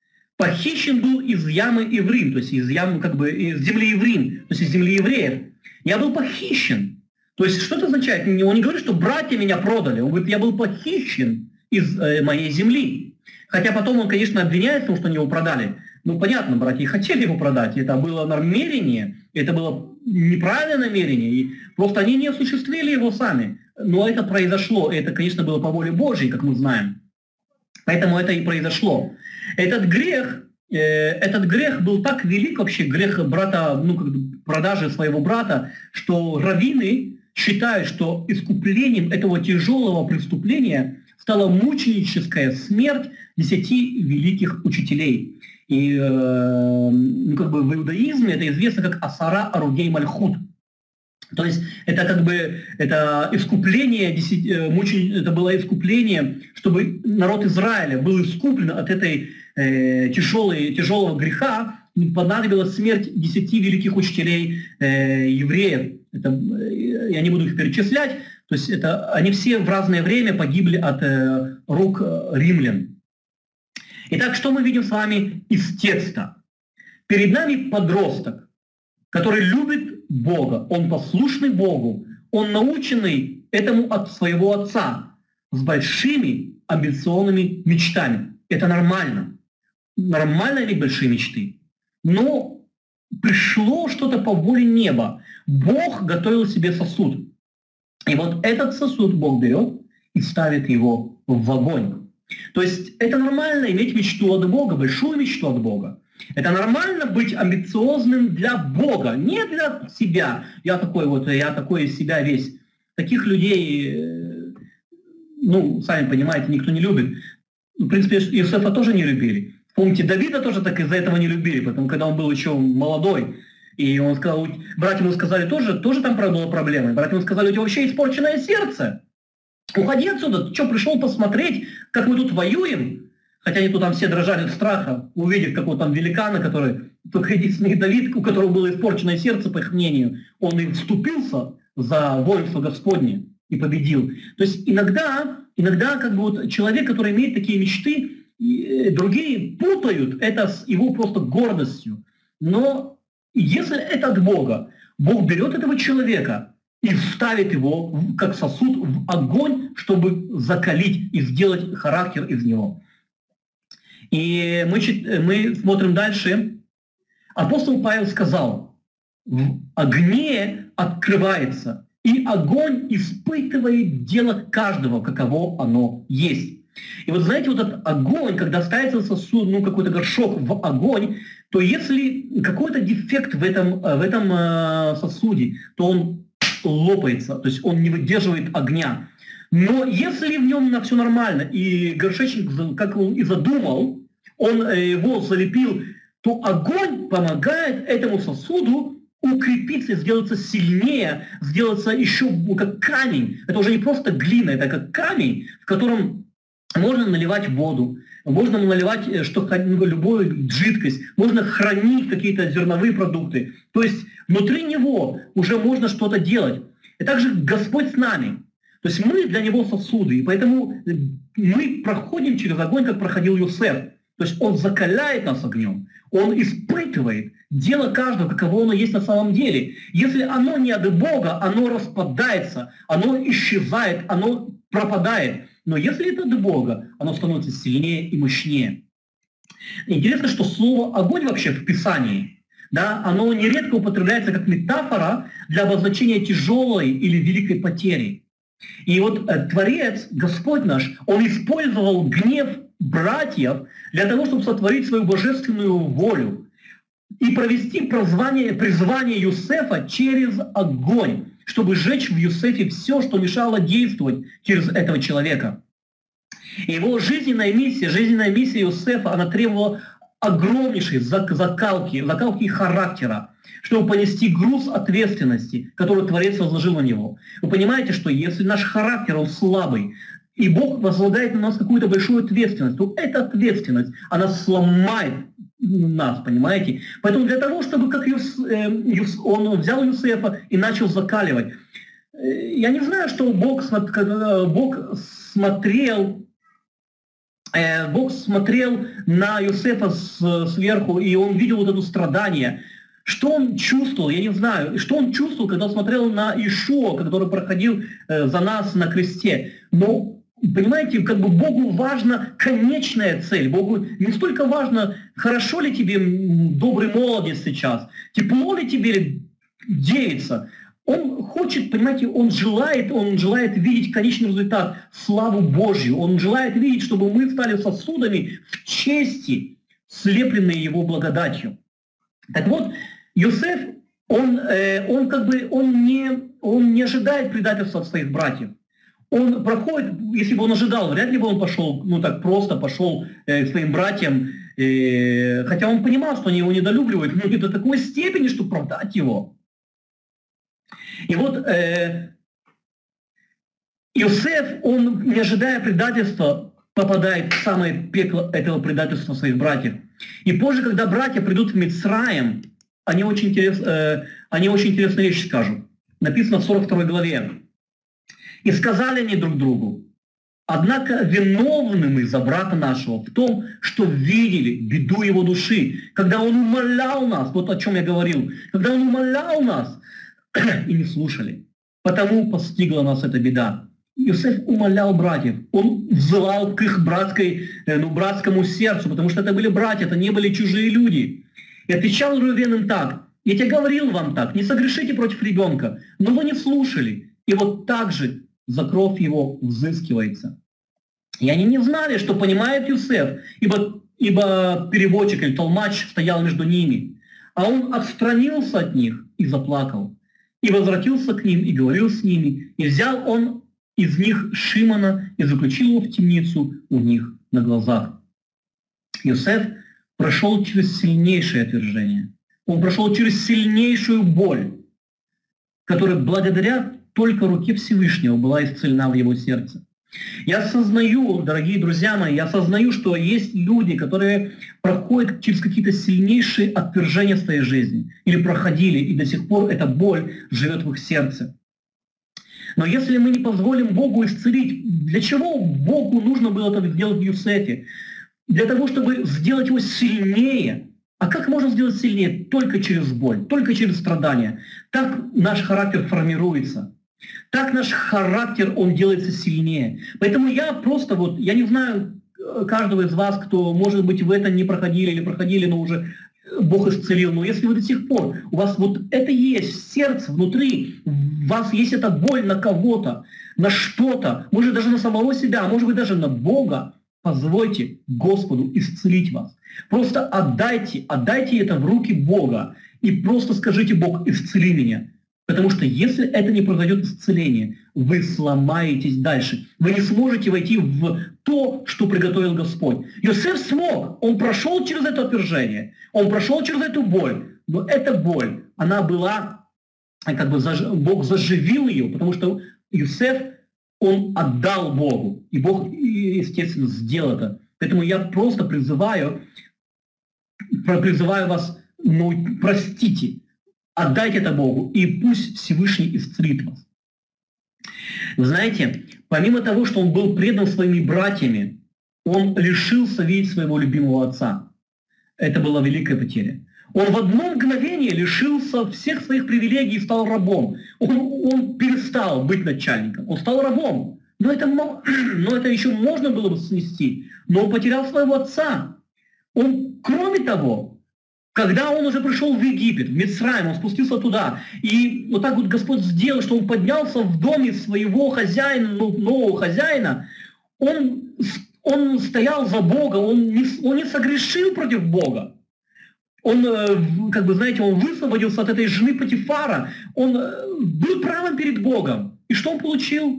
похищен был из ямы Иврим», то есть из ямы, как бы, из земли Иврим, то есть из земли евреев. Я был похищен. То есть что это означает? Он не говорит, что братья меня продали. Он говорит, я был похищен из э, моей земли. Хотя потом он, конечно, обвиняет в том, что они его продали. Ну, понятно, братья хотели его продать. Это было намерение, это было неправильное намерение. И просто они не осуществили его сами. Но это произошло. Это, конечно, было по воле Божьей, как мы знаем. Поэтому это и произошло. Этот грех, э, этот грех был так велик, вообще грех брата, ну, как бы продажи своего брата, что раввины считают, что искуплением этого тяжелого преступления стала мученическая смерть десяти великих учителей. И э, ну, как бы в иудаизме это известно как Асара Аругей Мальхут. То есть это как бы это искупление, это было искупление, чтобы народ Израиля был искуплен от этой э, тяжелой, тяжелого греха, понадобилась смерть десяти великих учителей э, евреев. Это, я не буду их перечислять, то есть это, они все в разное время погибли от э, рук римлян. Итак, что мы видим с вами из текста? Перед нами подросток, который любит Бога, он послушный Богу, он наученный этому от своего отца, с большими амбиционными мечтами. Это нормально. Нормально иметь большие мечты. Но пришло что-то по воле неба. Бог готовил себе сосуд. И вот этот сосуд Бог берет и ставит его в огонь. То есть это нормально иметь мечту от Бога, большую мечту от Бога. Это нормально быть амбициозным для Бога, не для себя. Я такой вот, я такой из себя весь. Таких людей, ну, сами понимаете, никто не любит. В принципе, Иосифа тоже не любили. Помните, Давида тоже так из-за этого не любили, потому когда он был еще молодой. И он сказал, братья ему сказали, тоже, тоже там была проблема. Братья ему сказали, у тебя вообще испорченное сердце. Уходи отсюда, ты что, пришел посмотреть, как мы тут воюем? Хотя они тут там все дрожали от страха, увидев какого-то там великана, который, только единственный Давид, у которого было испорченное сердце, по их мнению, он и вступился за воинство Господне и победил. То есть иногда, иногда как бы вот человек, который имеет такие мечты, другие путают это с его просто гордостью. Но если это от Бога, Бог берет этого человека и ставит его как сосуд в огонь, чтобы закалить и сделать характер из него. И мы, мы смотрим дальше. Апостол Павел сказал, в огне открывается, и огонь испытывает дело каждого, каково оно есть. И вот знаете, вот этот огонь, когда ставится сосуд, ну какой-то горшок в огонь, то если какой-то дефект в этом, в этом э, сосуде, то он лопается, то есть он не выдерживает огня. Но если в нем на все нормально, и горшечник, как он и задумал, он его залепил, то огонь помогает этому сосуду укрепиться, сделаться сильнее, сделаться еще как камень. Это уже не просто глина, это как камень, в котором можно наливать воду, можно наливать что, любую жидкость, можно хранить какие-то зерновые продукты. То есть внутри него уже можно что-то делать. И также Господь с нами. То есть мы для Него сосуды, и поэтому мы проходим через огонь, как проходил Иосиф. То есть Он закаляет нас огнем, Он испытывает дело каждого, каково оно есть на самом деле. Если оно не от Бога, оно распадается, оно исчезает, оно пропадает. Но если это от Бога, оно становится сильнее и мощнее. Интересно, что слово «огонь» вообще в Писании, да, оно нередко употребляется как метафора для обозначения тяжелой или великой потери. И вот э, Творец, Господь наш, Он использовал гнев братьев для того, чтобы сотворить свою божественную волю. и провести призвание, призвание Юсефа через огонь, чтобы сжечь в Юсефе все, что мешало действовать через этого человека. Его жизненная миссия, жизненная миссия Юсефа, она требовала огромнейшей закалки, закалки характера, чтобы понести груз ответственности, который Творец возложил на него. Вы понимаете, что если наш характер, он слабый, и Бог возлагает на нас какую-то большую ответственность, то эта ответственность, она сломает нас, понимаете? Поэтому для того, чтобы как Юс, э, Юс, он взял Юсефа и начал закаливать, э, я не знаю, что Бог, Бог смотрел, э, Бог смотрел на Юсефа с, сверху, и он видел вот это страдание. Что он чувствовал, я не знаю, что он чувствовал, когда смотрел на Ишуа, который проходил э, за нас на кресте. Но понимаете, как бы Богу важна конечная цель. Богу не столько важно, хорошо ли тебе добрый молодец сейчас, тепло ли тебе девица. Он хочет, понимаете, он желает, он желает видеть конечный результат, славу Божью. Он желает видеть, чтобы мы стали сосудами в чести, слепленные Его благодатью. Так вот, Йосеф, он, э, он как бы он не, он не ожидает предательства от своих братьев. Он проходит, если бы он ожидал, вряд ли бы он пошел, ну так просто пошел э, к своим братьям, э, хотя он понимал, что они его недолюбливают, но не до такой степени, чтобы продать его. И вот э, Йосеф, он, не ожидая предательства, попадает в самое пекло этого предательства своих братьев. И позже, когда братья придут в Мицраим, они очень, интерес, э, они очень интересную вещь скажут. Написано в сорок второй главе. «И сказали они друг другу: однако виновны мы за брата нашего в том, что видели беду его души, когда он умолял нас», вот о чем я говорил, когда он умолял нас, и не слушали. Потому постигла нас эта беда. Иосиф умолял братьев, он взывал к их братской, ну, братскому сердцу, потому что это были братья, это не были чужие люди. И отвечал Рувен им так: «Я тебе говорил вам так, не согрешите против ребенка, но вы не слушали, и вот так же за кровь его взыскивается». И они не знали, что понимает Юсеф, ибо, ибо переводчик или толмач стоял между ними. А он отстранился от них и заплакал, и возвратился к ним, и говорил с ними, и взял он из них Шимона и заключил его в темницу у них на глазах. Йосеф прошел через сильнейшее отвержение. Он прошел через сильнейшую боль, которая благодаря только руке Всевышнего была исцелена в его сердце. Я осознаю, дорогие друзья мои, я осознаю, что есть люди, которые проходят через какие-то сильнейшие отвержения в своей жизни, или проходили, и до сих пор эта боль живет в их сердце. Но если мы не позволим Богу исцелить, для чего Богу нужно было это сделать в Юсефе? Для того, чтобы сделать его сильнее. А как можно сделать сильнее? Только через боль, только через страдания. Так наш характер формируется. Так наш характер, он делается сильнее. Поэтому я просто вот, я не знаю каждого из вас, кто, может быть, в это не проходили или проходили, но уже Бог исцелил. Но если вы до сих пор, у вас вот это есть в сердце, внутри, у вас есть эта боль на кого-то, на что-то, может даже на самого себя, а может быть даже на Бога, позвольте Господу исцелить вас. Просто отдайте, отдайте это в руки Бога и просто скажите: Бог, исцели меня. Потому что если это не произойдет исцеление, вы сломаетесь дальше. Вы не сможете войти в то, что приготовил Господь. Йосеф смог, он прошел через это отвержение, он прошел через эту боль. Но эта боль, она была, как бы заж... Бог заживил ее, потому что Йосеф, он отдал Богу. И Бог, естественно, сделал это. Поэтому я просто призываю, призываю вас, ну, простите, отдайте это Богу, и пусть Всевышний исцелит вас. Вы знаете, помимо того, что он был предан своими братьями, он лишился видеть своего любимого отца. Это была великая потеря. Он в одно мгновение лишился всех своих привилегий и стал рабом. Он, он перестал быть начальником, он стал рабом. Но это, но это еще можно было бы снести. Но он потерял своего отца. Он, кроме того, когда он уже пришел в Египет, в Мицраим, он спустился туда, и вот так вот Господь сделал, что он поднялся в доме своего хозяина, нового хозяина, он, он стоял за Бога, он не, он не согрешил против Бога. Он, как бы, знаете, он высвободился от этой жены Потифара, он был правым перед Богом. И что он получил?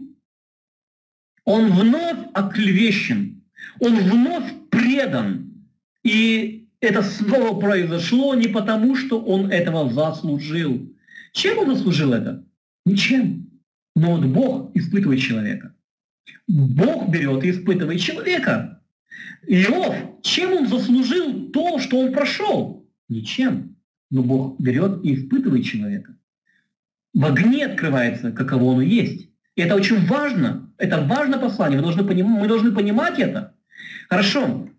Он вновь оклевещен, он вновь предан. И это снова произошло не потому, что он этого заслужил. Чем он заслужил это? Ничем. Но вот Бог испытывает человека. Бог берет и испытывает человека. Иов, чем он заслужил то, что он прошел? Ничем. Но Бог берет и испытывает человека. В огне открывается, каково оно есть. И это очень важно. Это важное послание. Мы должны, поним... Мы должны понимать это. Хорошо.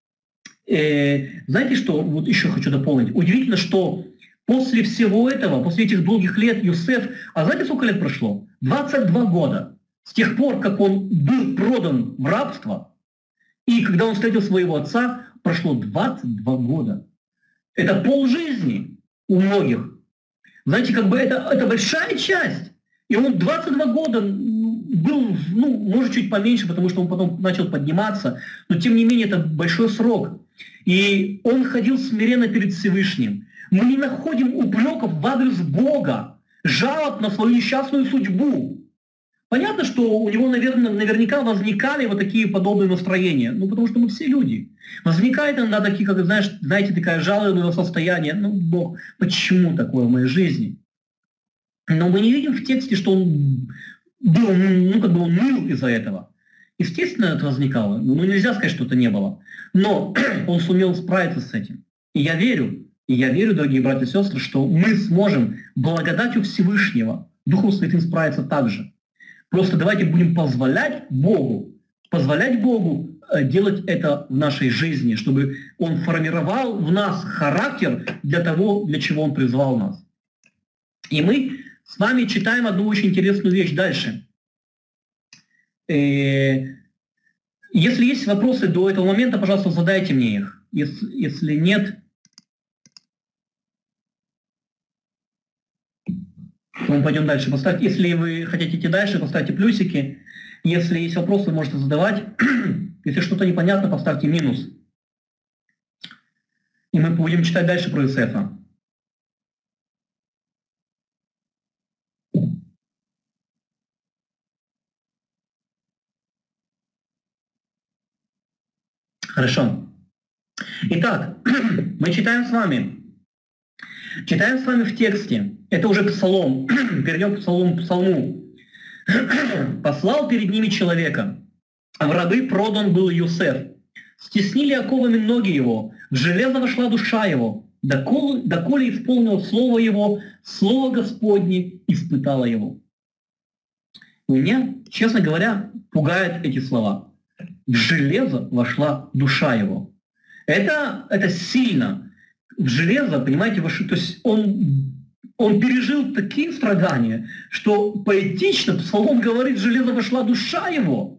Э, знаете, что вот еще хочу дополнить? Удивительно, что после всего этого, после этих долгих лет Йосеф, а знаете, сколько лет прошло? двадцать два года. С тех пор, как он был продан в рабство, и когда он встретил своего отца, прошло двадцать два года. Это полжизни у многих. Знаете, как бы это, это большая часть. И он двадцать два года был, ну, может, чуть поменьше, потому что он потом начал подниматься, но тем не менее это большой срок. И он ходил смиренно перед Всевышним. Мы не находим упреков в адрес Бога, жалоб на свою несчастную судьбу. Понятно, что у него, наверное, наверняка возникали вот такие подобные настроения. Ну, потому что мы все люди. Возникает иногда такие, как, знаешь, знаете, такая жалобное состояние. Ну, Бог, почему такое в моей жизни? Но мы не видим в тексте, что он был, ну, как бы он ныл из-за этого. Естественно, это возникало. Ну, нельзя сказать, что это не было. Но он сумел справиться с этим. И я верю, и я верю, дорогие братья и сестры, что мы сможем благодатью Всевышнего, Духом Святым справиться так же. Просто давайте будем позволять Богу, позволять Богу делать это в нашей жизни, чтобы Он формировал в нас характер для того, для чего Он призвал нас. И мы с вами читаем одну очень интересную вещь дальше. Если есть вопросы до этого момента, пожалуйста, задайте мне их. Если, если нет, то мы пойдем дальше. Поставьте, если вы хотите идти дальше, поставьте плюсики. Если есть вопросы, вы можете задавать. Если что-то непонятно, поставьте минус. И мы будем читать дальше про Иосифа. Хорошо. Итак, мы читаем с вами. Читаем с вами в тексте. Это уже псалом. Перейдем к псалому. псалму. «Послал перед ними человека. В рабы продан был Йосеф. Стеснили оковами ноги его. В железо вошла душа его. Доколе, доколе исполнил слово его, слово Господне испытало его». Меня, честно говоря, пугают эти слова. В железо вошла душа его. Это, это сильно. В железо, понимаете, вошли, то есть он, он пережил такие страдания, что поэтично псалом говорит, в железо вошла душа его.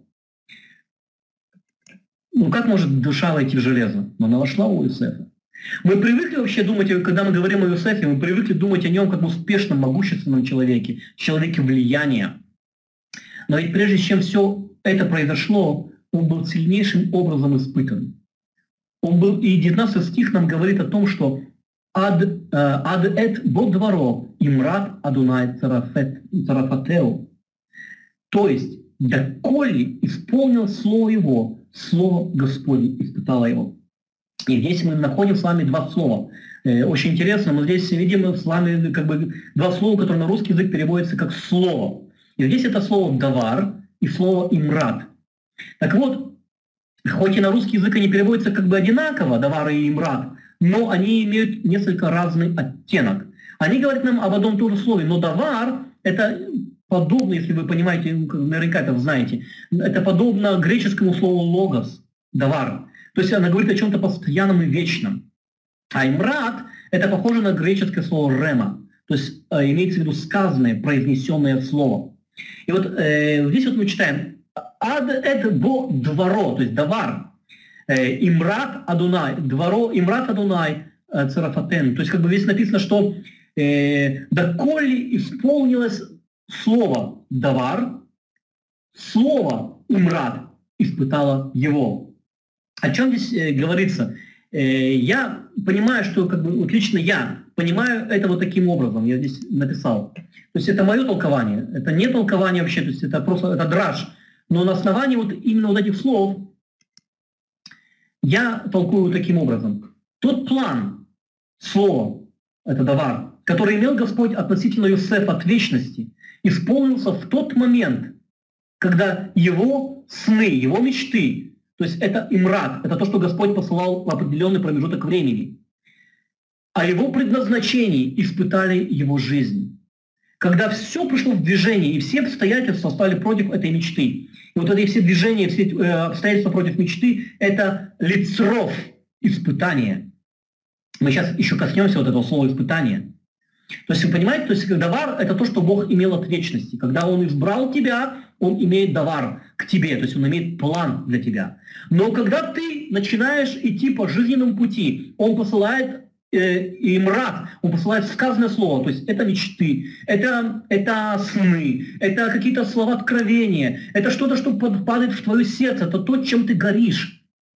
Ну как может душа войти в железо? Но она вошла у Иосифа. Мы привыкли вообще думать, когда мы говорим о Иосифе, мы привыкли думать о нем как о успешном, могущественном человеке, человеке влияния. Но ведь прежде чем все это произошло, он был сильнейшим образом испытан. Он был, и девятнадцатый стих нам говорит о том, что «Ад, ад эт бо дворо имрат адунай царафатеу». То есть, доколе исполнил слово его, слово Господне испытало его. И здесь мы находим с вами два слова. Очень интересно, мы здесь видим с вами как бы два слова, которые на русский язык переводятся как «слово». И здесь это слово «давар» и слово «имрат». Так вот, хоть и на русский язык они переводятся как бы одинаково, «давар» и «имрат», но они имеют несколько разный оттенок. Они говорят нам об одном и том же слове, но «давар» — это подобно, если вы понимаете, наверняка это знаете, это подобно греческому слову «логос», «давар». То есть она говорит о чем-то постоянном и вечном. А «имрат» — это похоже на греческое слово «рема», то есть э, имеется в виду сказанное, произнесенное слово. И вот э, здесь вот мы читаем «ад эт бо дворо», то есть «давар», э, «имрат адунай», «дворо», «имрат адунай», э, «царафатен». То есть как бы здесь написано, что э, «доколе исполнилось слово «давар», слово «имрат» испытало его». О чем здесь э, говорится? Э, я понимаю, что как бы, вот лично я понимаю это вот таким образом, я здесь написал. То есть это мое толкование, это не толкование вообще, то есть это просто это драж. Но на основании вот именно вот этих слов я толкую таким образом. Тот план, слово, это давар, который имел Господь относительно Иосифа от вечности, исполнился в тот момент, когда его сны, его мечты, то есть это имрат, это то, что Господь посылал в определенный промежуток времени, а его предназначении испытали его жизнь. Когда все пришло в движение, и все обстоятельства стали против этой мечты. И вот эти все движения, все обстоятельства против мечты – это лицров, испытания. Мы сейчас еще коснемся вот этого слова «испытание». То есть вы понимаете, то есть давар – это то, что Бог имел от вечности. Когда Он избрал тебя, Он имеет давар к тебе, то есть Он имеет план для тебя. Но когда ты начинаешь идти по жизненному пути, Он посылает и мрак, он посылает сказанное слово, то есть это мечты, это, это сны, это какие-то слова откровения, это что-то, что падает в твое сердце, это то, чем ты горишь.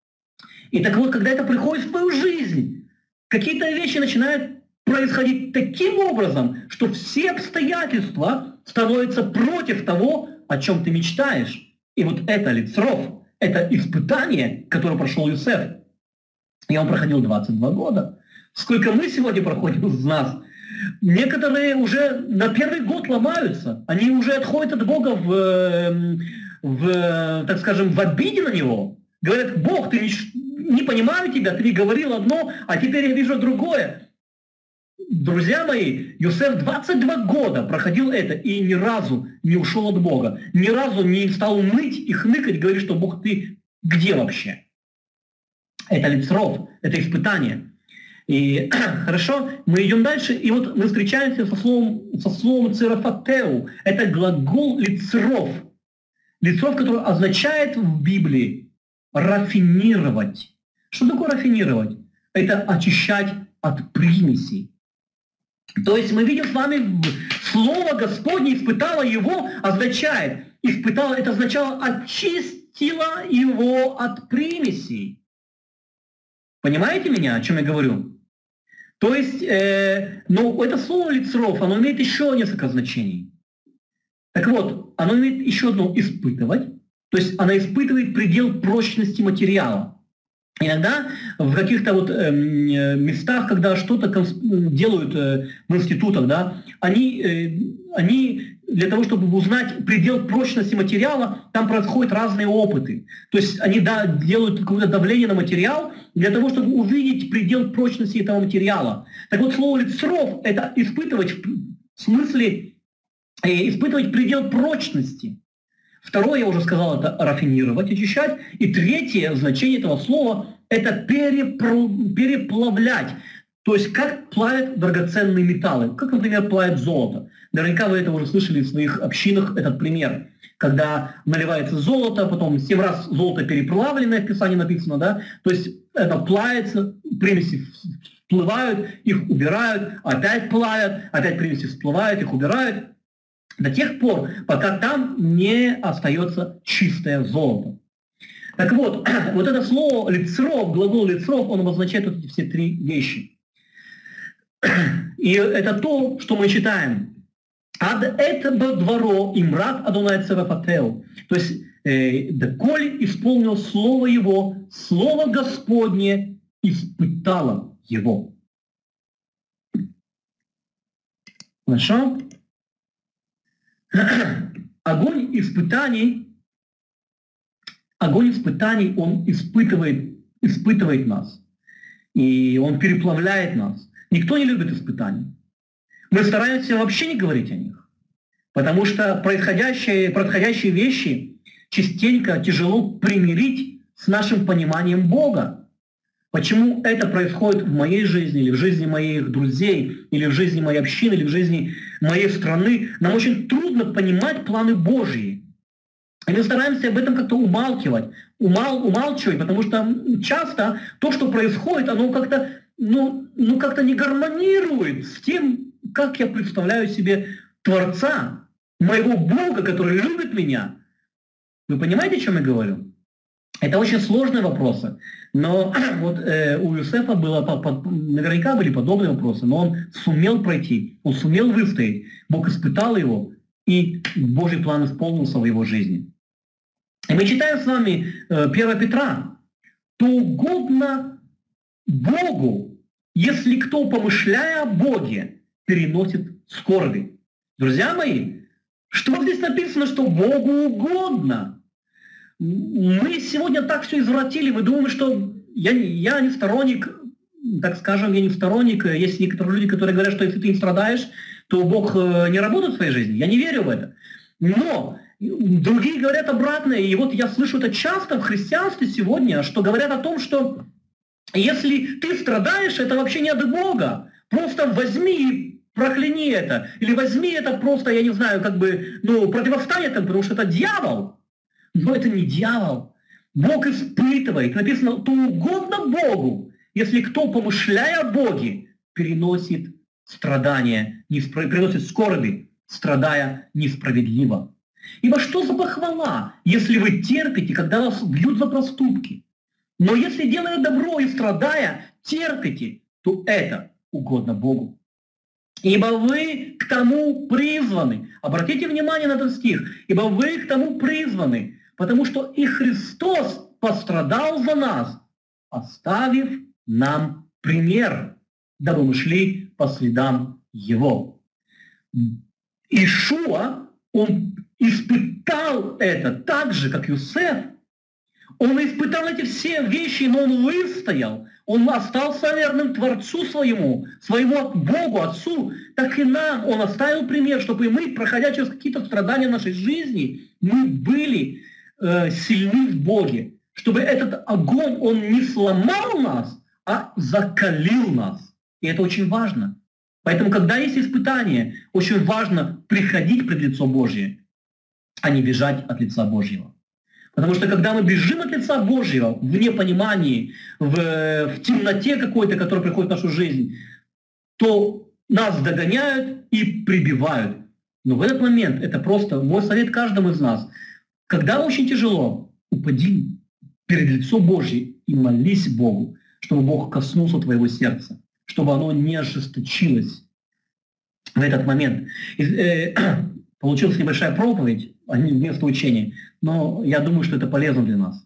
И так вот, когда это приходит в твою жизнь, какие-то вещи начинают происходить таким образом, что все обстоятельства становятся против того, о чем ты мечтаешь. И вот это лицров, это испытание, которое прошел Иосиф. И он проходил двадцать два года. Сколько мы сегодня проходим из нас. Некоторые уже на первый год ломаются. Они уже отходят от Бога в, в так скажем, в обиде на Него. Говорят: Бог, ты не понимаю тебя, ты говорил одно, а теперь я вижу другое. Друзья мои, Иосиф двадцать два года проходил это и ни разу не ушел от Бога. Ни разу не стал ныть и хныкать, говорить, что Бог, ты где вообще? Это лицров, это испытание. И хорошо, мы идем дальше, и вот мы встречаемся со словом, со словом церафатеу. Это глагол лицров. Лицров, который означает в Библии рафинировать. Что такое рафинировать? Это очищать от примесей. То есть мы видим с вами, слово Господне испытало его, означает, испытало, это означало очистило его от примесей. Понимаете меня, о чем я говорю? То есть, э, ну, это слово лицров, оно имеет еще несколько значений. Так вот, оно имеет еще одно испытывать, то есть оно испытывает предел прочности материала. Иногда в каких-то вот э, местах, когда что-то делают э, в институтах, да, они, э, они для того, чтобы узнать предел прочности материала, там происходят разные опыты. То есть они да, делают какое-то давление на материал для того, чтобы увидеть предел прочности этого материала. Так вот, слово лицров – это испытывать, в смысле э, испытывать предел прочности. Второе, я уже сказал, это рафинировать, очищать. И третье значение этого слова – это переплавлять. То есть как плавят драгоценные металлы, как, например, плавят золото. Наверняка вы это уже слышали в своих общинах, этот пример. Когда наливается золото, потом семь раз золото переплавленное, в Писании написано, да, то есть это плавится, примеси всплывают, их убирают, опять плавят, опять примеси всплывают, их убирают. До тех пор, пока там не остается чистое золото. Так вот, вот это слово лицров, глагол лицров, он обозначает вот эти все три вещи. И это то, что мы читаем. Ад этого дворо имрат Адонай церафатеу. То есть, э, доколе исполнил слово его, слово Господне испытало его. Хорошо? Огонь испытаний, огонь испытаний, он испытывает, испытывает нас. И он переплавляет нас. Никто не любит испытаний. Мы стараемся вообще не говорить о них. Потому что происходящие, происходящие вещи частенько тяжело примирить с нашим пониманием Бога. Почему это происходит в моей жизни, или в жизни моих друзей, или в жизни моей общины, или в жизни моей страны, нам очень трудно понимать планы Божьи. И мы стараемся об этом как-то умалчивать, умал, умалчивать, потому что часто то, что происходит, оно как-то ну, ну, как-то не гармонирует с тем, как я представляю себе Творца, моего Бога, который любит меня. Вы понимаете, о чем я говорю? Это очень сложные вопросы, но вот э, у Иосифа было, по, по, наверняка были подобные вопросы, но он сумел пройти, он сумел выстоять, Бог испытал его, и Божий план исполнился в его жизни. И мы читаем с вами э, первое Петра. «То угодно Богу, если кто, помышляя о Боге, переносит скорби». Друзья мои, что здесь написано, что Богу угодно? Мы сегодня так все извратили, мы думаем, что я, я не сторонник, так скажем, я не сторонник, есть некоторые люди, которые говорят, что если ты не страдаешь, то Бог не работает в твоей жизни. Я не верю в это. Но другие говорят обратное, и вот я слышу это часто в христианстве сегодня, что говорят о том, что если ты страдаешь, это вообще не от Бога. Просто возьми и прокляни это. Или возьми это просто, я не знаю, как бы, ну, противостань этому, потому что это дьявол. Но это не дьявол. Бог испытывает. Написано, то угодно Богу, если кто, помышляя о Боге, переносит страдания, переносит скорби, страдая несправедливо. Ибо что за похвала, если вы терпите, когда вас бьют за проступки? Но если, делая добро и страдая, терпите, то это угодно Богу. Ибо вы к тому призваны. Обратите внимание на этот стих. Ибо вы к тому призваны, потому что и Христос пострадал за нас, оставив нам пример, дабы мы шли по следам Его. Иешуа, Он испытал это так же, как Иосиф. Он испытал эти все вещи, но он выстоял. Он остался верным Творцу своему, своему Богу, Отцу. Так и нам он оставил пример, чтобы мы, проходя через какие-то страдания нашей жизни, мы были э, сильны в Боге. Чтобы этот огонь, он не сломал нас, а закалил нас. И это очень важно. Поэтому, когда есть испытания, очень важно приходить пред лицо Божье, а не бежать от лица Божьего. Потому что когда мы бежим от лица Божьего, в непонимании, в, в темноте какой-то, которая приходит в нашу жизнь, то нас догоняют и прибивают. Но в этот момент, это просто мой совет каждому из нас, когда очень тяжело, упади перед лицо Божье и молись Богу, чтобы Бог коснулся твоего сердца, чтобы оно не ожесточилось в этот момент. И, э, получилась небольшая проповедь, а не вместо учения, но я думаю, что это полезно для нас.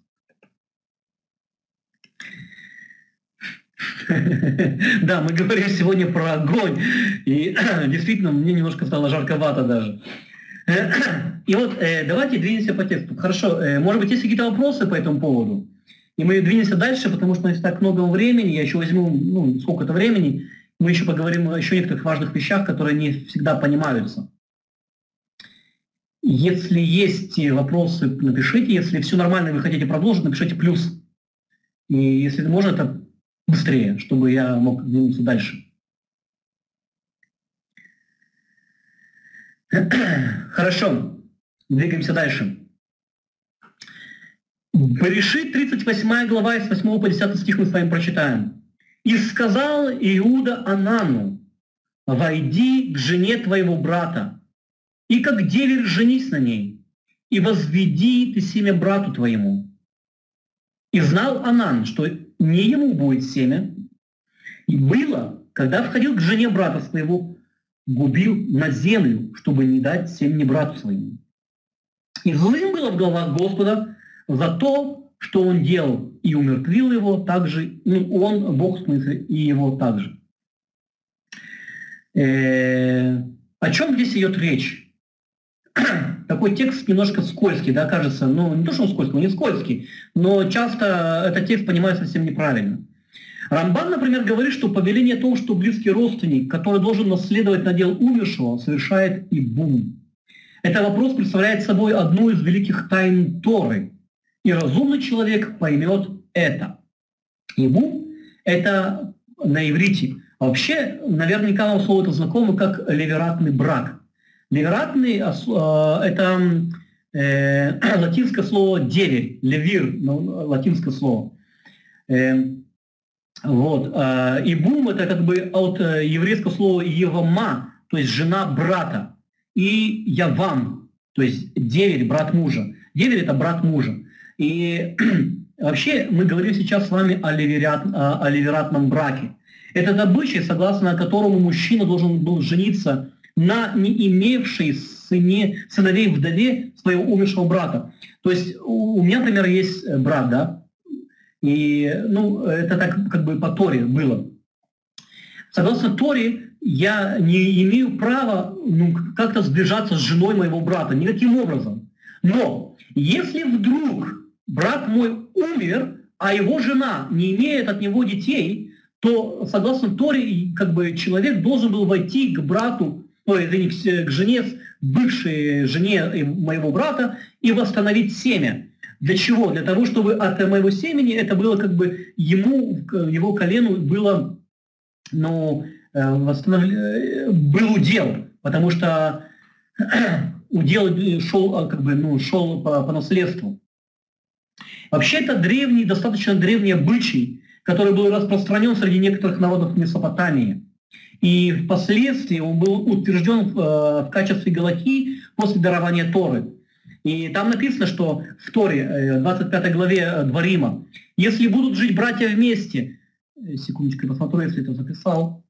Да, мы говорим сегодня про огонь, и действительно, мне немножко стало жарковато даже. И вот давайте двинемся по тексту. Хорошо, может быть, есть какие-то вопросы по этому поводу? И мы двинемся дальше, потому что у нас так много времени, я еще возьму, ну, сколько-то времени, мы еще поговорим о еще некоторых важных вещах, которые не всегда понимаются. Если есть вопросы, напишите. Если все нормально, вы хотите продолжить, напишите плюс. И если можно, это быстрее, чтобы я мог двинуться дальше. Хорошо, двигаемся дальше. Берешит, тридцать восьмая глава, с восьмого по десятый стих мы с вами прочитаем. «И сказал Иуда Анану: войди к жене твоего брата, и как деверь женись на ней, и возведи ты семя брату твоему. И знал Анан, что не ему будет семя. И было, когда входил к жене брата своего, губил на землю, чтобы не дать семени брату своему. И злым было в глазах Господа за то, что он делал, и умертвил его также, ну, он, Бог в смысле, и его также». Э-э- о чем здесь идет речь? Такой текст немножко скользкий, да, кажется, ну, не то, что он скользкий, он не скользкий, но часто этот текст понимается совсем неправильно. Рамбан, например, говорит, что повеление о том, что близкий родственник, который должен наследовать надел умершего, совершает ибум. Этот вопрос представляет собой одну из великих тайн Торы, и разумный человек поймет это. Ибум – это на иврите. Вообще, наверняка вам слово это знакомо как левератный брак. Левератный – это э, латинское слово «деверь», «левир», латинское слово. Э, вот. Э, «Ибум» – это как бы от еврейского слова «евама», то есть «жена брата», и «явам», то есть «деверь», брат мужа. Деверь – это брат мужа. И вообще мы говорим сейчас с вами о, ливерат, о ливератном браке. Это обычай, согласно которому мужчина должен был жениться на не имевшей сыне, сыновей вдове своего умершего брата. То есть у, у меня, например, есть брат, да, и ну, это так как бы по Торе было. Согласно Торе, я не имею права ну, как-то сближаться с женой моего брата, никаким образом. Но если вдруг брат мой умер, а его жена не имеет от него детей, то, согласно Торе, как бы человек должен был войти к брату, ой, к жене, бывшей жене моего брата, и восстановить семя. Для чего? Для того, чтобы от моего семени это было как бы ему, его колену было, ну, восстанов... был удел, потому что удел шел, как бы, ну, шел по, по наследству. Вообще это древний, достаточно древний обычай, который был распространен среди некоторых народов Месопотамии. И впоследствии он был утвержден в, в качестве галахи после дарования Торы. И там написано, что в Торе, двадцать пятой главе Дворима, если будут жить братья вместе, секундочку, я посмотрю, если это записал.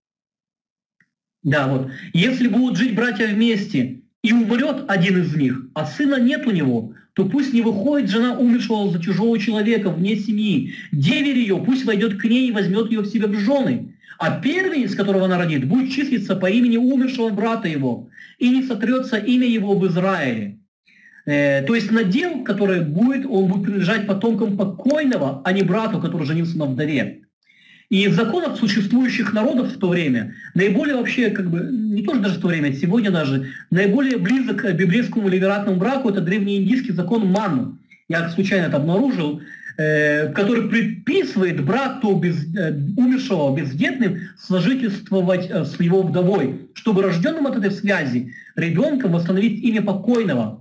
Да, вот. Если будут жить братья вместе, и умрет один из них, а сына нет у него, то пусть не выходит жена умершего за чужого человека вне семьи. Деверь ее пусть войдет к ней и возьмет ее в себя в жены. А первенец, которого она родит, будет числиться по имени умершего брата его, и не сотрется имя его в Израиле. Э, то есть надел, который будет, он будет принадлежать потомкам покойного, а не брату, который женился на вдове. И в законах существующих народов в то время наиболее вообще, как бы, не тоже даже в то время, сегодня даже, наиболее близок к библейскому ливератному браку это древнеиндийский закон Манну. Я случайно это обнаружил, э, который предписывает брату без, э, умершего бездетным сожительствовать э, с его вдовой, чтобы рожденным от этой связи ребенком восстановить имя покойного.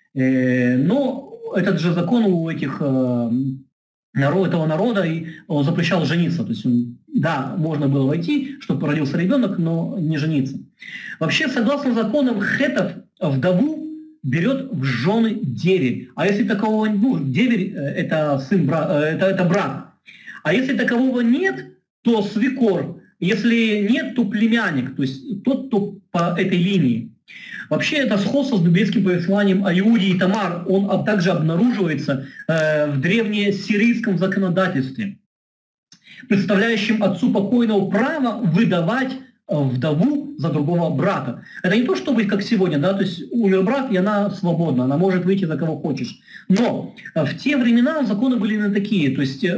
Э, но этот же закон у этих... Э, Народ, этого народа и он запрещал жениться. То есть, да, можно было войти, чтобы родился ребенок, но не жениться. Вообще, согласно законам хетов, вдову берет в жены деверь. А если такового, ну, деверь это сын, это, это брат. А если такового нет, то свекор. Если нет, то племянник, то есть тот, кто по этой линии. Вообще это сходство с библейским повествованием о Иуде и Тамар, он также обнаруживается э, в древнесирийском законодательстве, представляющем отцу покойного право выдавать э, вдову за другого брата. Это не то, чтобы как сегодня, да, то есть умер брат, и она свободна, она может выйти за кого хочешь. Но э, в те времена законы были именно такие, то есть э,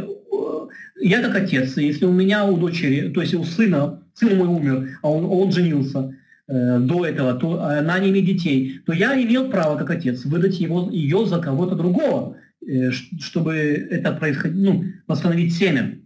я как отец, если у меня у дочери, то есть у сына, сын мой умер, а он, он женился, до этого, то она не имеет детей, то я имел право, как отец, выдать его, ее за кого-то другого, чтобы это происходило, ну, восстановить семя.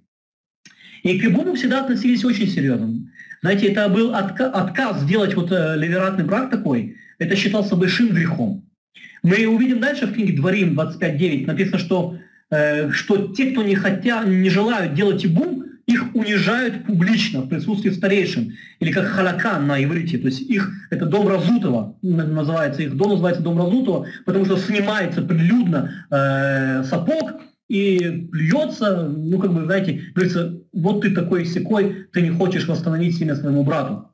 И к любому всегда относились очень серьезно. Знаете, это был отка- отказ сделать вот ливератный брак такой, это считался большим грехом. Мы увидим дальше в книге Дворим двадцать пять девять, написано, что, э, что те, кто не хотят, не желают делать ибум, их унижают публично в присутствии старейшин, или как халакан на иврите, то есть их, это дом разутого, называется, их дом называется дом разутого, потому что снимается прилюдно э, сапог и плюется, ну как бы, знаете, говорится, вот ты такой секой, ты не хочешь восстановить семя своему брату.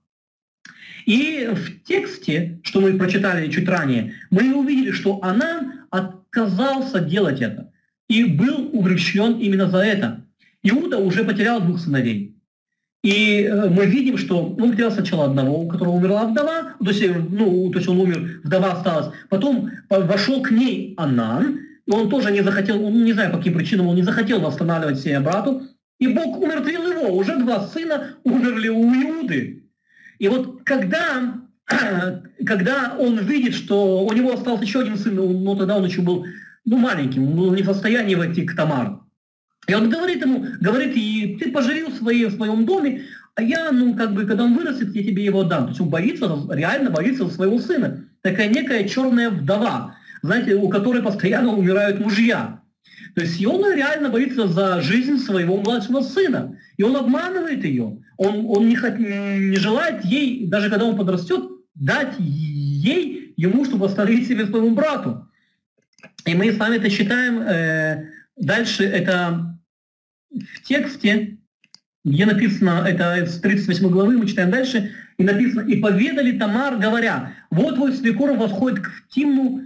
И в тексте, что мы прочитали чуть ранее, мы увидели, что Анан отказался делать это и был увлечен именно за это. Иуда уже потерял двух сыновей. И мы видим, что он потерял сначала одного, у которого умерла вдова, то есть, ну, то есть он умер, вдова осталась. Потом вошел к ней Анан, и он тоже не захотел, он, не знаю по каким причинам, он не захотел восстанавливать семя брату. И Бог умертвил его, уже два сына умерли у Иуды. И вот когда, когда он видит, что у него остался еще один сын, но тогда он еще был ну, маленьким, он был не в состоянии войти к Тамару. И он говорит ему, говорит, и ты поживи в, своей, в своем доме, а я, ну, как бы, когда он вырастет, я тебе его отдам. То есть он боится, реально боится за своего сына. Такая некая черная вдова, знаете, у которой постоянно умирают мужья. То есть и он реально боится за жизнь своего младшего сына. И он обманывает ее. Он, он не, хот, не желает ей, даже когда он подрастет, дать ей, ему, чтобы остановить себе своему брату. И мы с вами это читаем э, дальше, это в тексте, где написано, это с тридцать восьмой главы, мы читаем дальше, и написано: «И поведали Тамар, говоря, вот твой свекор восходит к Тимну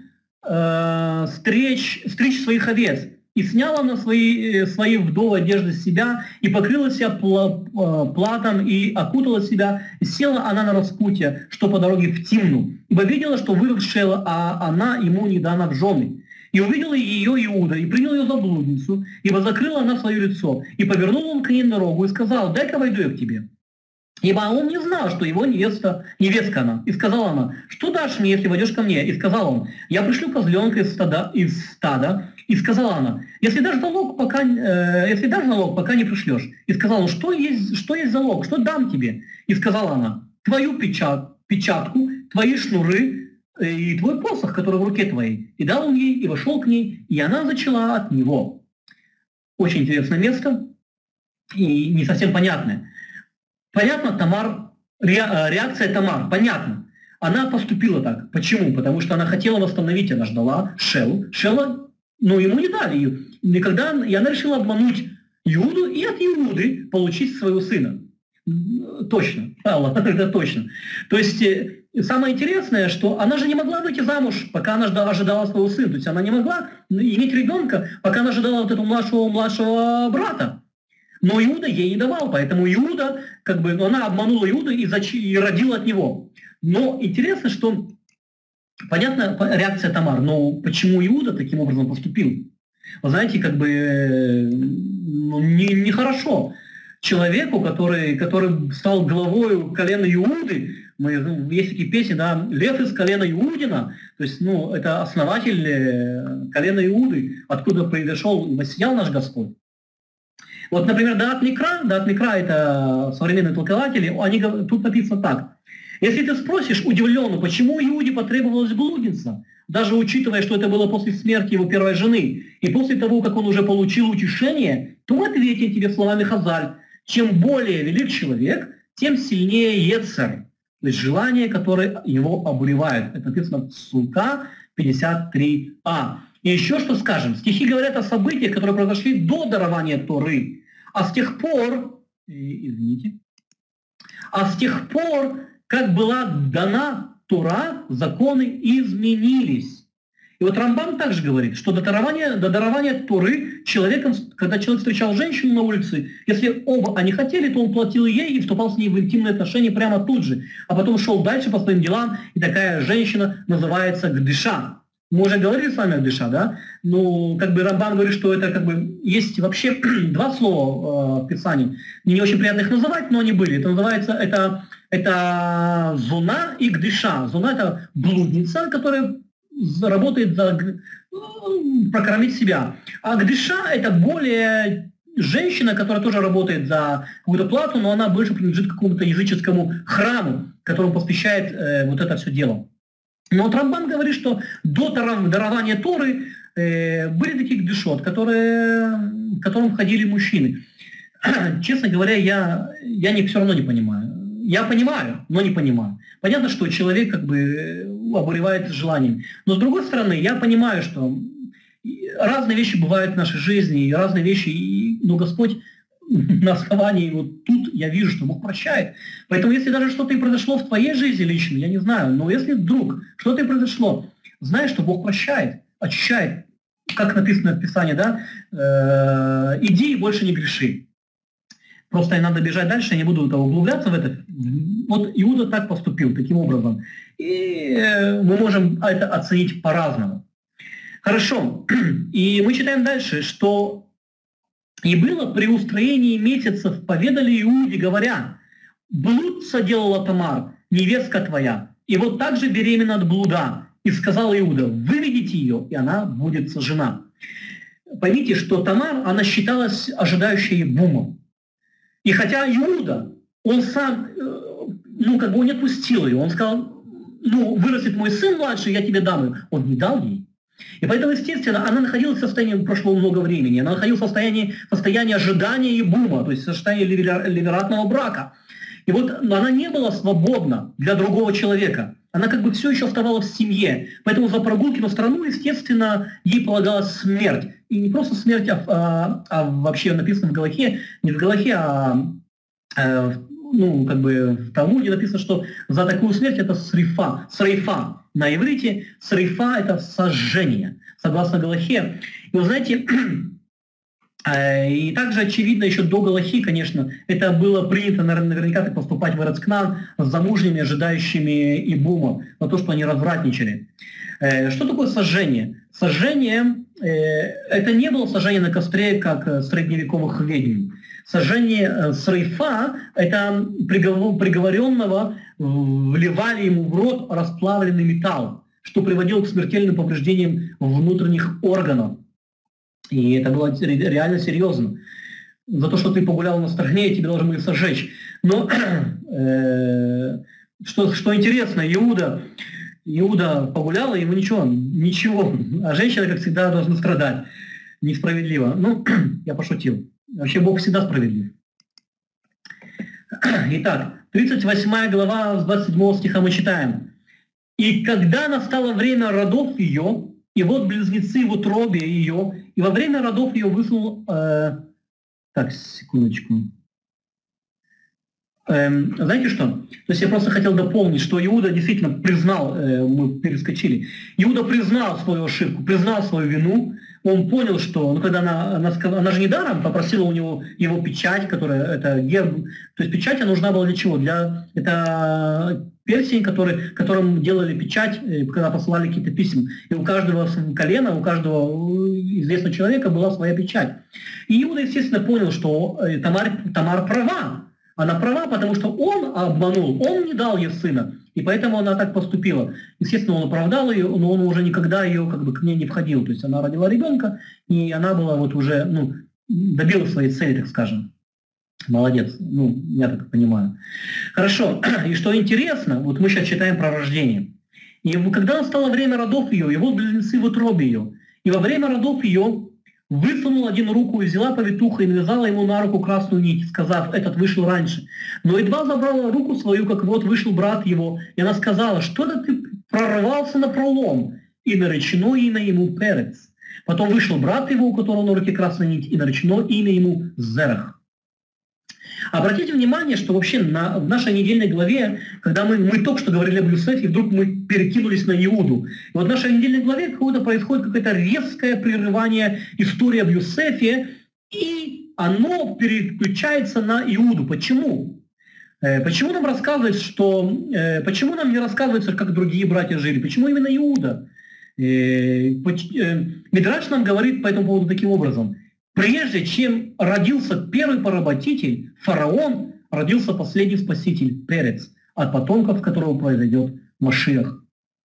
э, стричь, стричь своих овец. И сняла она свои, свои вдовы одежды с себя, и покрыла себя платом, и окутала себя, и села она на распутье, что по дороге в Тимну, ибо видела, что выросшая, а она ему не дана в жены. И увидела ее Иуда, и принял ее за блудницу, ибо закрыла она свое лицо, и повернул он к ней дорогу, и сказал: дай-ка войду я к тебе. Ибо он не знал, что его невеста, невестка она. И сказала она: что дашь мне, если войдешь ко мне? И сказал он: я пришлю козленка из стада. Из стада. И сказала она: если дашь залог, пока, э, если дашь залог, пока не пришлешь. И сказал он: что есть, что есть залог, что дам тебе? И сказала она: твою печат, печатку, твои шнуры э, и твой посох, который в руке твоей. И дал он ей, и вошел к ней, и она зачала от него. Очень интересное место и не совсем понятное. Понятно, Тамар, реакция Тамар, понятно. Она поступила так. Почему? Потому что она хотела восстановить, она ждала Шелу. Шела, но ему не дали ее. Никогда, и она решила обмануть Иуду и от Иуды получить своего сына. Точно, это точно. То есть самое интересное, что она же не могла выйти замуж, пока она ожидала своего сына. То есть она не могла иметь ребенка, пока она ожидала вот этого младшего, младшего брата. Но Иуда ей не давал, поэтому Иуда, как бы, ну, она обманула Иуду и, зач... и родила от него. Но интересно, что, понятна реакция Тамар, но почему Иуда таким образом поступил? Вы знаете, как бы, ну, нехорошо. Человеку, который, который стал главой колена Иуды, мы, ну, есть такие песни, да, «Лев из колена Иудина», то есть, ну, это основатель колена Иуды, откуда произошел и воссиял наш Господь. Вот, например, Даат Микра, Даат Микра — это современные толкователи, они, тут написано так. Если ты спросишь удивленно, почему Иуде потребовалась блудница, даже учитывая, что это было после смерти его первой жены, и после того, как он уже получил утешение, то мы ответим тебе словами Хазаль: чем более велик человек, тем сильнее Ецер, то есть желание, которое его обуревает. Это написано в Сука пятьдесят три а. И еще что скажем, стихи говорят о событиях, которые произошли до дарования Торы. А с тех пор, извините, а с тех пор, как была дана Тора, законы изменились. И вот Рамбам также говорит, что до дарования, до дарования Торы человеком, когда человек встречал женщину на улице, если оба они хотели, то он платил ей и вступал с ней в интимные отношения прямо тут же. А потом шел дальше по своим делам, и такая женщина называется гдыша. Мы уже говорили с вами о гдыша, да? Ну, как бы Рамбам говорит, что это как бы есть вообще два слова э, в Писании. Мне не очень приятно их называть, но они были. Это называется, это, это зуна и гдыша. Зуна — это блудница, которая работает за ну, прокормить себя. А гдыша — это более женщина, которая тоже работает за какую-то плату, но она больше принадлежит к какому-то языческому храму, которому посвящает э, вот это все дело. Но вот Рамбан говорит, что до дарования Торы э, были такие гдышот, которые, к которым входили мужчины. Честно говоря, я, я не, все равно не понимаю. Я понимаю, но не понимаю. Понятно, что человек как бы обуревает желанием. Но с другой стороны, я понимаю, что разные вещи бывают в нашей жизни, и разные вещи, и, но Господь на основании вот тут я вижу, что Бог прощает. Поэтому если даже что-то и произошло в твоей жизни лично, я не знаю, но если вдруг что-то и произошло, знай, что Бог прощает, очищает, как написано в Писании, да, э, иди и больше не греши. Просто и надо бежать дальше, я не буду углубляться в это. Вот Иуда так поступил, таким образом. И э, мы можем это оценить по-разному. Хорошо. И мы читаем дальше, что «И было при устроении месяцев, поведали Иуде, говоря, блуд соделала Тамар, невестка твоя, и вот так же беременна от блуда. И сказал Иуда, выведите ее, и она будет сожжена». Поймите, что Тамар, она считалась ожидающей бума. И хотя Иуда, он сам, ну, как бы он не отпустил ее, он сказал, ну, вырастет мой сын младший, я тебе дам ее. Он не дал ей. И поэтому, естественно, она находилась в состоянии, прошло много времени, она находилась в состоянии, в состоянии ожидания и бума, то есть в состоянии ливератного брака. И вот она не была свободна для другого человека. она как бы все еще оставалась в семье. Поэтому за прогулки на страну, естественно, ей полагалась смерть. И не просто смерть, а, а, а вообще написано в Галахе, не в Галахе, а, а ну, как бы в Талмуде написано, что за такую смерть это срифа, срейфа. На иврите срейфа это сожжение, согласно Галахе. И вы знаете, и также очевидно, еще до Галахи, конечно, это было принято наверняка так поступать в Эрец-Кнаан с замужними, ожидающими Ибума, на то, что они развратничали. Что такое сожжение? Сожжение – это не было сожжение на костре, как средневековых ведьм. Сожжение срейфа – это приговоренного вливали ему в рот расплавленный металл, что приводило к смертельным повреждениям внутренних органов. И это было реально серьезно. За то, что ты погулял на стороне, тебе должны были сожечь. Но э, что, что интересно, Иуда, Иуда погулял, и ему ничего, ничего. А женщина, как всегда, должна страдать. Несправедливо. Ну, я пошутил. Вообще Бог всегда справедлив. Итак, тридцать восьмая глава, с двадцать седьмого стиха мы читаем. «И когда настало время родов ее, и вот близнецы в утробе ее, и во время родов ее высунул...» э, Так, секундочку. Эм, знаете что? То есть я просто хотел дополнить, что Иуда действительно признал, э, мы перескочили, Иуда признал свою ошибку, признал свою вину. Он понял, что, ну, когда она, она, она же недаром попросила у него его печать, которая, это герб, то есть печать нужна была для чего? Для, это перстень, который, которым делали печать, когда посылали какие-то письма. И у каждого колена, у каждого известного человека была своя печать. И Иуда, естественно, понял, что Тамар, Тамар права. Она права, потому что он обманул, он не дал ей сына. И поэтому она так поступила. Естественно, он оправдал ее, но он уже никогда ее как бы к ней не входил. То есть она родила ребенка, и она была вот уже, ну, добилась своей цели, так скажем. Молодец, ну, я так понимаю. Хорошо, и что интересно, вот мы сейчас читаем про рождение. И когда настало время родов ее, его близнецы в утробе ее, и во время родов ее высунула один руку и взяла повитуха и навязала ему на руку красную нить, сказав, этот вышел раньше. Но едва забрала руку свою, как вот вышел брат его, и она сказала, что-то ты прорвался на пролом, и наречено имя ему Перец. Потом вышел брат его, у которого на руке красная нить, и наречено имя ему Зерах. Обратите внимание, что вообще на, в нашей недельной главе, когда мы, мы только что говорили об Юсефе, вдруг мы перекинулись на Иуду. И вот в нашей недельной главе какое-то происходит какое-то резкое прерывание истории об Юсефе, и оно переключается на Иуду. Почему? Э, почему нам рассказывается, что... Э, почему нам не рассказывается, как другие братья жили? Почему именно Иуда? Э, э, Мидраш нам говорит по этому поводу таким образом. Прежде чем родился первый поработитель, фараон, родился последний спаситель, Перец, от потомков которого произойдет Машиах.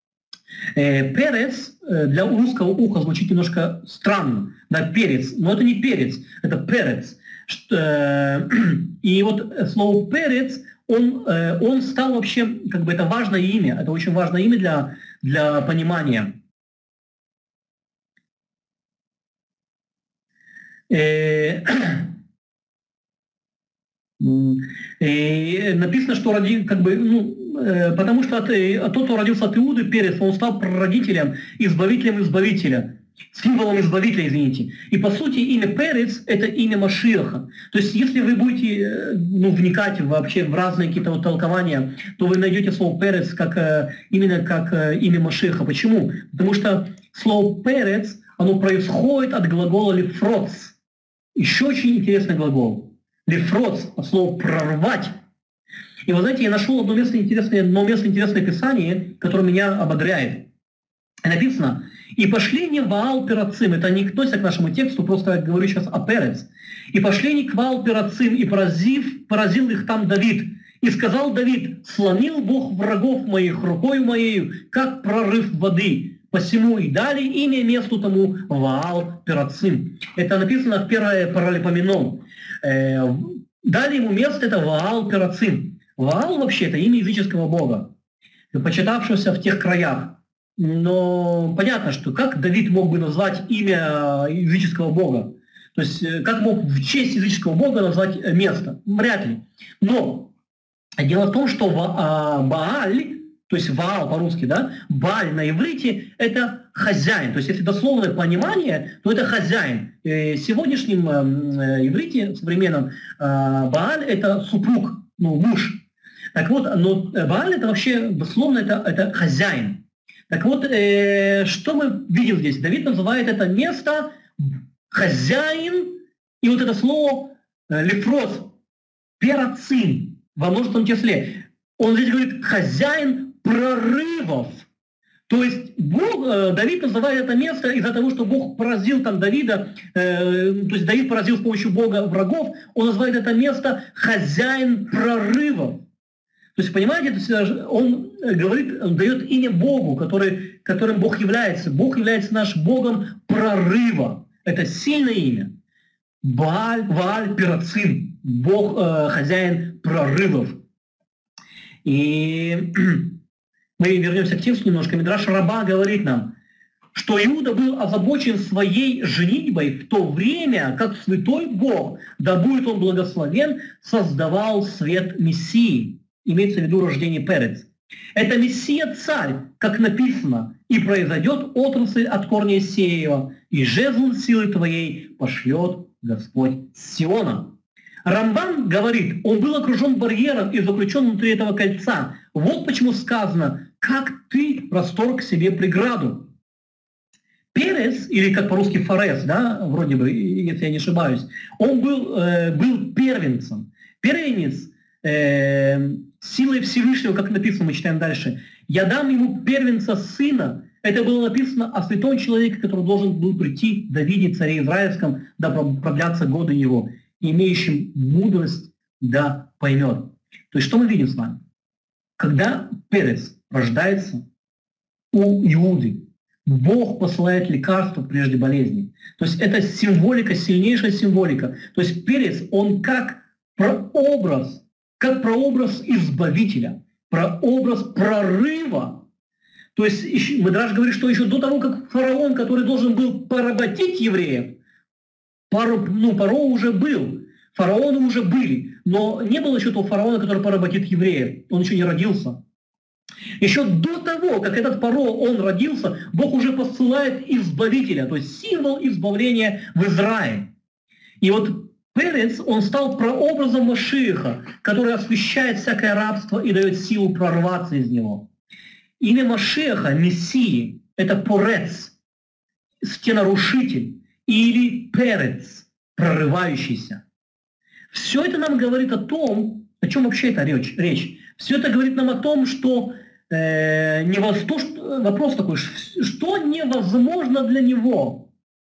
Э, перец э, для русского уха звучит немножко странно, да, перец, но это не перец, это перец. Что, э, и вот слово перец, он, э, он стал вообще, как бы это важное имя, это очень важное имя для, для понимания. И написано, что роди, как бы, ну, потому что от, от тот, кто родился от Иуды, Перец, он стал прародителем, избавителем избавителя, символом избавителя, извините. И по сути имя Перец – это имя Машиаха. То есть если вы будете, ну, вникать вообще в разные какие-то вот толкования, то вы найдете слово Перец как, именно как имя Машиаха. Почему? Потому что слово Перец, оно происходит от глагола лифроц. Еще очень интересный глагол. Лифроц, слово «прорвать». И вы знаете, я нашел одно место интересное, одно место интересное Писание, которое меня ободряет. И написано: «И пошли не Ваал Перацим». Это не относится к нашему тексту, просто я говорю сейчас о Перец. «И пошли не к Ваал Перацим, и поразив, поразил их там Давид. И сказал Давид: сломил Бог врагов моих рукою моею, как прорыв воды. Посему и дали имя месту тому Ваал Перацим». Это написано в первое Паралипоменон. Э, дали ему место, это Ваал Перацим. Ваал вообще это имя языческого бога, почитавшегося в тех краях. Но понятно, что как Давид мог бы назвать имя языческого бога? То есть как мог в честь языческого бога назвать место? Вряд ли. Но дело в том, что Бааль, то то есть Ваал по-русски, да, Баль на иврите – это хозяин. То есть если дословное понимание, то это хозяин. В сегодняшнем э, иврите, современном, э, Бааль – это супруг, ну, муж. Так вот, но Бааль – это вообще дословно это, это хозяин. Так вот, э, что мы видим здесь? Давид называет это место хозяин, и вот это слово э, лефрос, перацин, во множественном числе. Он здесь говорит хозяин прорывов. То есть Бог, э, Давид называет это место из-за того, что Бог поразил там Давида, э, то есть Давид поразил с помощью Бога врагов, он называет это место хозяин прорывов. То есть, понимаете, он говорит, он дает имя Богу, который, которым Бог является. Бог является нашим Богом прорыва. Это сильное имя. Бааль, Вааль, Перацин. Бог, э, хозяин прорывов. И мы вернемся к тексту немножко. Мидраш Раба говорит нам, что Иуда был озабочен своей женитьбой в то время, как святой Бог, да будет он благословен, создавал свет Мессии. Имеется в виду рождение Перец. Это Мессия царь, как написано, и произойдет отрасль от корня Сеева, и жезл силы твоей пошлет Господь с Сиона. Рамбан говорит, он был окружен барьером и заключен внутри этого кольца. Вот почему сказано, как ты расторг себе преграду. Перец, или как по-русски Фарес, да, вроде бы, если я не ошибаюсь, он был, э, был первенцем. Первенец э, силой Всевышнего, как написано, мы читаем дальше. «Я дам ему первенца сына». Это было написано о святом человеке, который должен был прийти, Давиде, царе Израильском, да продлятся годы его, имеющим мудрость, да поймет. То есть что мы видим с вами? Когда Перец рождается у Иуды, Бог посылает лекарство прежде болезни. То есть это символика, сильнейшая символика. То есть Перец, он как прообраз, как прообраз избавителя, прообраз прорыва. То есть Мидраш говорит, что еще до того, как фараон, который должен был поработить евреев, пару, ну, паро уже был, фараоны уже были, но не было еще того фараона, который поработит евреев, он еще не родился. Еще до того, как этот паро, он родился, Бог уже посылает избавителя, то есть символ избавления в Израиль. И вот Перец, он стал прообразом Машиаха, который освещает всякое рабство и дает силу прорваться из него. Имя Машиаха, Мессии, это Порец, стенарушитель, или Перец, прорывающийся. Все это нам говорит о том, о чем вообще это речь. речь. Все это говорит нам о том, что, э, невоз... то, что вопрос такой, что невозможно для него.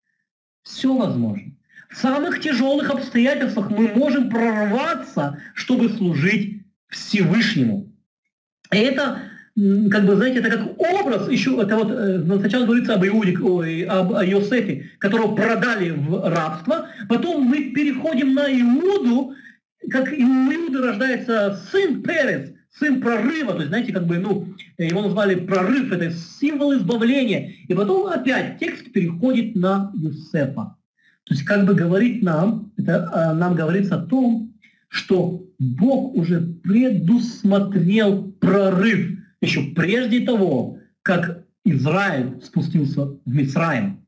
Все возможно. В самых тяжелых обстоятельствах мы можем прорваться, чтобы служить Всевышнему. И это, как бы, знаете, это как образ, еще, это вот сначала говорится об Иуде, ой, об Иосифе, которого продали в рабство, потом мы переходим на Иуду, как у Иуды рождается сын Перец, сын прорыва, то есть, знаете, как бы, ну, его назвали прорыв, это символ избавления, и потом опять текст переходит на Иосифа. То есть как бы говорит нам, это нам говорится о том, что Бог уже предусмотрел прорыв еще прежде того, как Израиль спустился в Мицраим.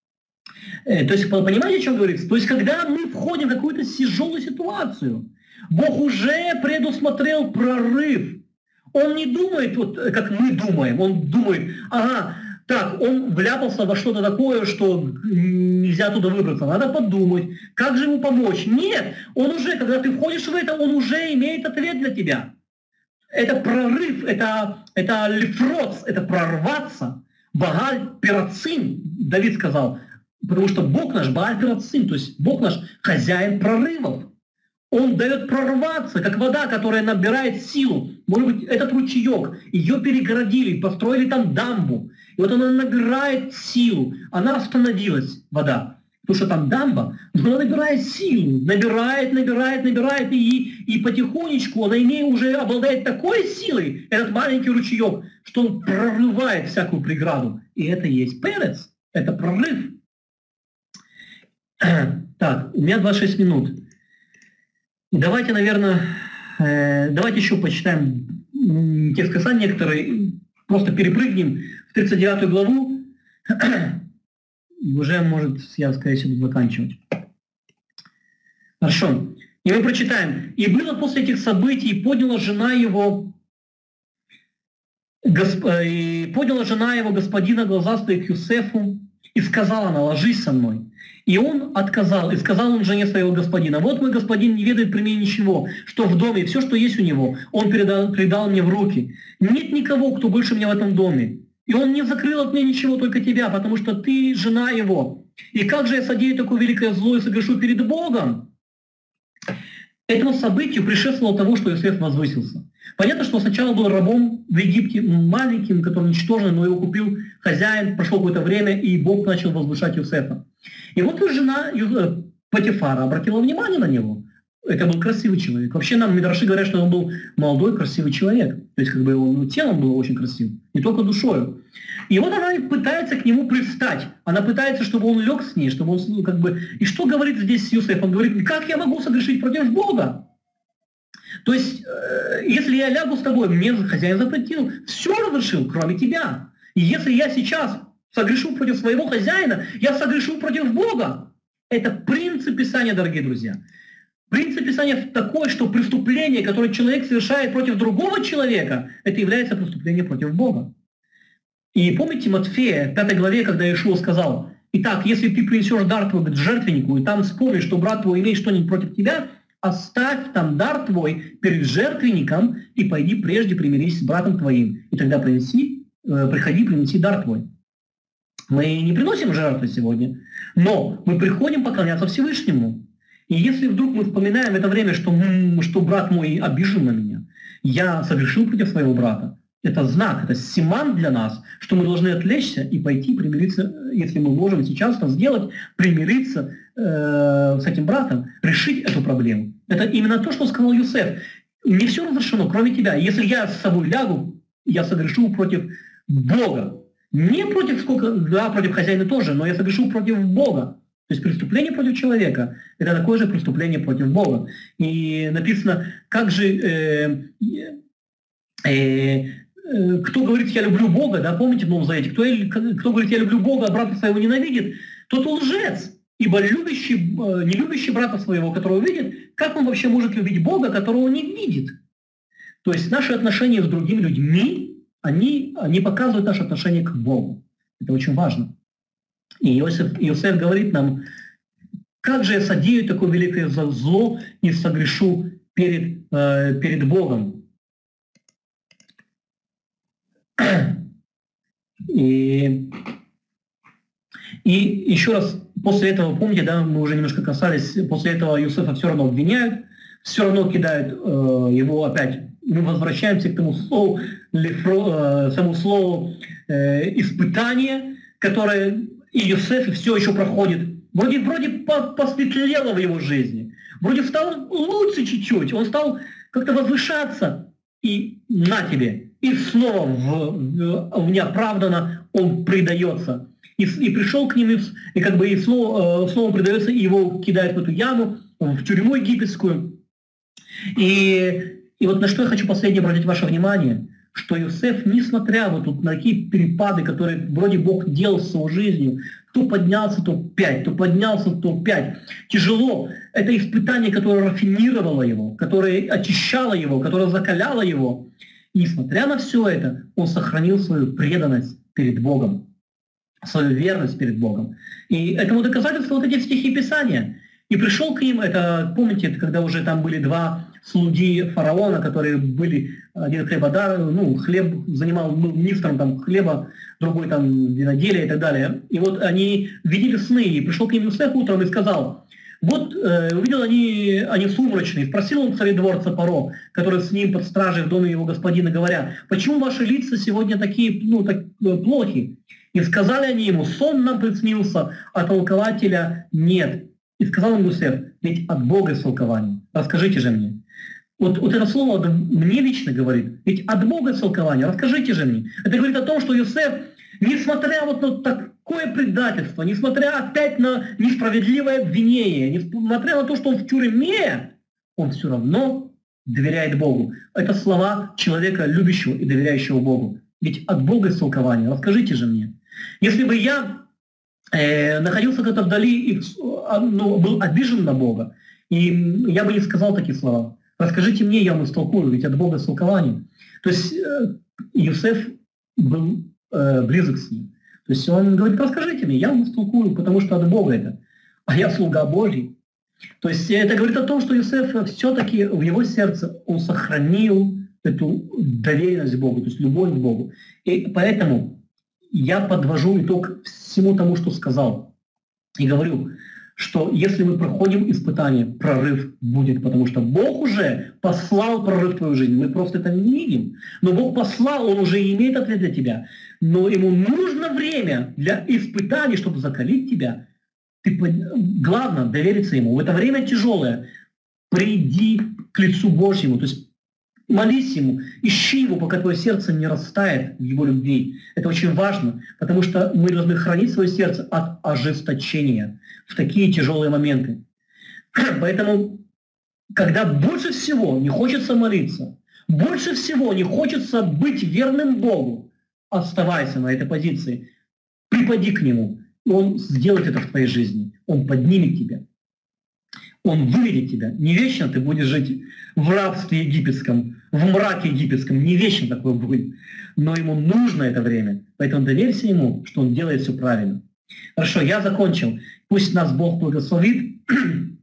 То есть понимаете, о чем говорится? То есть когда мы входим в какую-то тяжелую ситуацию, Бог уже предусмотрел прорыв. Он не думает, вот, как мы думаем, он думает, ага, так, он вляпался во что-то такое, что нельзя оттуда выбраться. Надо подумать, как же ему помочь. Нет, он уже, когда ты входишь в это, он уже имеет ответ для тебя. Это прорыв, это, это лифроц, это прорваться. Бааль Перацин, Давид сказал, потому что Бог наш Бааль Перацин, то есть Бог наш хозяин прорывов. Он дает прорваться, как вода, которая набирает силу. Может быть, этот ручеек, ее перегородили, построили там дамбу. И вот она набирает силу. Она остановилась, вода. Потому что там дамба, но она набирает силу. Набирает, набирает, набирает. И, и потихонечку она имеет, уже обладает такой силой, этот маленький ручеек, что он прорывает всякую преграду. И это и есть Перец. Это прорыв. Так, у меня двадцать шесть минут. Давайте, наверное, э, давайте еще почитаем текст Писания некоторые, просто перепрыгнем в тридцать девятую главу, и уже, может, я, скорее всего, буду заканчивать. Хорошо. И мы прочитаем. «И было после этих событий, и подняла жена его, госп... и подняла жена его господина глазастую к Юсефу, и сказала она: ложись со мной. И он отказал, и сказал он жене своего господина: вот мой господин не ведает при мне ничего, что в доме, все, что есть у него, он передал, передал мне в руки. Нет никого, кто больше меня в этом доме. И он не закрыл от меня ничего, только тебя, потому что ты жена его. И как же я содею такое великое зло и согрешу перед Богом?» Этому событию предшествовало того, что Иосиф возвысился. Понятно, что сначала был рабом в Египте, маленьким, который ничтожный, но его купил хозяин, прошло какое-то время, и Бог начал возвышать Иосифа. И вот жена Потифара обратила внимание на него. Это был красивый человек. Вообще нам мидраши говорят, что он был молодой, красивый человек. То есть как бы его ну, телом было очень красивым, не только душою. И вот она пытается к нему пристать. Она пытается, чтобы он лег с ней, чтобы он ну, как бы... И что говорит здесь Иосиф? Он говорит: как я могу согрешить против Бога? То есть, э, если я лягу с тобой, мне хозяин запретил, все разрешил, кроме тебя. И если я сейчас согрешу против своего хозяина, я согрешу против Бога. Это принцип Писания, дорогие друзья. Принцип Писания такой, что преступление, которое человек совершает против другого человека, это является преступлением против Бога. И помните Матфея, в пятой главе, когда Иешуа сказал: «Итак, если ты принесешь дар твой к жертвеннику, и там вспомнишь, что брат твой имеет что-нибудь против тебя, оставь там дар твой перед жертвенником и пойди прежде примирись с братом твоим, и тогда принеси, э, приходи, принеси дар твой». Мы не приносим жертвы сегодня, но мы приходим поклоняться Всевышнему. И если вдруг мы вспоминаем в это время, что, что брат мой обижен на меня, я согрешил против своего брата, это знак, это симан для нас, что мы должны отвлечься и пойти примириться, если мы можем сейчас это сделать, примириться э, с этим братом, решить эту проблему. Это именно то, что сказал Юсеф. Не все разрешено, кроме тебя. Если я с собой лягу, я согрешу против Бога. Не против сколько, да, против хозяина тоже, но я согрешу против Бога. То есть преступление против человека – это такое же преступление против Бога. И написано, как же, э, э, э, кто говорит: «Я люблю Бога», да, помните в Новом Завете, кто, кто говорит: «Я люблю Бога», а брата своего ненавидит, тот лжец. Ибо любящий, э, не любящий брата своего, которого видит, как он вообще может любить Бога, которого не видит? То есть наши отношения с другими людьми, они, они показывают наше отношение к Богу. Это очень важно. И Иосиф, Иосиф говорит нам: как же я содею такое великое зло и согрешу перед, э, перед Богом. И, и еще раз, после этого, помните, да, мы уже немножко касались, после этого Иосифа все равно обвиняют, все равно кидают э, его опять. Мы возвращаемся к тому слову, лифро, э, самому слову э, испытание, которое и Иосиф все еще проходит. Вроде, вроде посветлело в его жизни, вроде стал лучше чуть-чуть, он стал как-то возвышаться, и на тебе, и снова в, в, в неоправданно он предается. И, и пришел к ним, и, и как бы и снова, снова предается, и его кидают в эту яму, в тюрьму египетскую. И, и вот на что я хочу последнее обратить ваше внимание, что Иосиф, несмотря вот тут на такие перепады, которые вроде Бог делал с его жизнью, то поднялся, то пять, то поднялся, то пять. Тяжело. Это испытание, которое рафинировало его, которое очищало его, которое закаляло его. И несмотря на все это, он сохранил свою преданность перед Богом, свою верность перед Богом. И этому доказательство вот эти стихи Писания. И пришел к ним, это, помните, это когда уже там были два слуги фараона, которые были, один хлебодар, ну, хлеб занимал, был министром там хлеба, другой там виноделия и так далее. И вот они видели сны, и пришел к ним Иосиф утром и сказал: вот э, увидел они, они сумрачные, спросил он царедворца Паро, который с ним под стражей в доме его господина, говоря: почему ваши лица сегодня такие, ну, так, плохи? И сказали они ему: сон нам приснился, а толкователя нет. И сказал им Иосиф: ведь от Бога истолкование. Расскажите же мне. Вот, вот это слово мне лично говорит: ведь от Бога истолкование. Расскажите же мне. Это говорит о том, что Иосиф, несмотря вот на такое предательство, несмотря опять на несправедливое обвинение, несмотря на то, что он в тюрьме, он все равно доверяет Богу. Это слова человека, любящего и доверяющего Богу. Ведь от Бога истолкование. Расскажите же мне. Если бы я э, находился где-то вдали и ну, был обижен на Бога, и я бы не сказал такие слова. Расскажите мне, я вам истолкую, ведь от Бога истолкование. То есть э, Иосиф был э, близок с ним. То есть он говорит, расскажите мне, я вам истолкую, потому что от Бога это. А я слуга Божий. То есть это говорит о том, что Иосиф все-таки в его сердце он сохранил эту доверенность Богу, то есть любовь к Богу. И поэтому я подвожу итог всему тому, что сказал. И говорю, что если мы проходим испытание, прорыв будет, потому что Бог уже послал прорыв в твою жизнь. Мы просто это не видим. Но Бог послал, Он уже имеет ответ для тебя. Но Ему нужно время для испытаний, чтобы закалить тебя. Ты, главное, довериться Ему. В это время тяжелое. Приди к лицу Божьему, то есть молись Ему, ищи Его, пока твое сердце не растает в Его любви. Это очень важно, потому что мы должны хранить свое сердце от ожесточения в такие тяжелые моменты. Поэтому, когда больше всего не хочется молиться, больше всего не хочется быть верным Богу, оставайся на этой позиции, припади к Нему. Он сделает это в твоей жизни. Он поднимет тебя. Он выведет тебя. Не вечно ты будешь жить в рабстве египетском, в мраке египетском. Не вечно такое будет. Но ему нужно это время. Поэтому доверься ему, что он делает все правильно. Хорошо, я закончил. Пусть нас Бог благословит.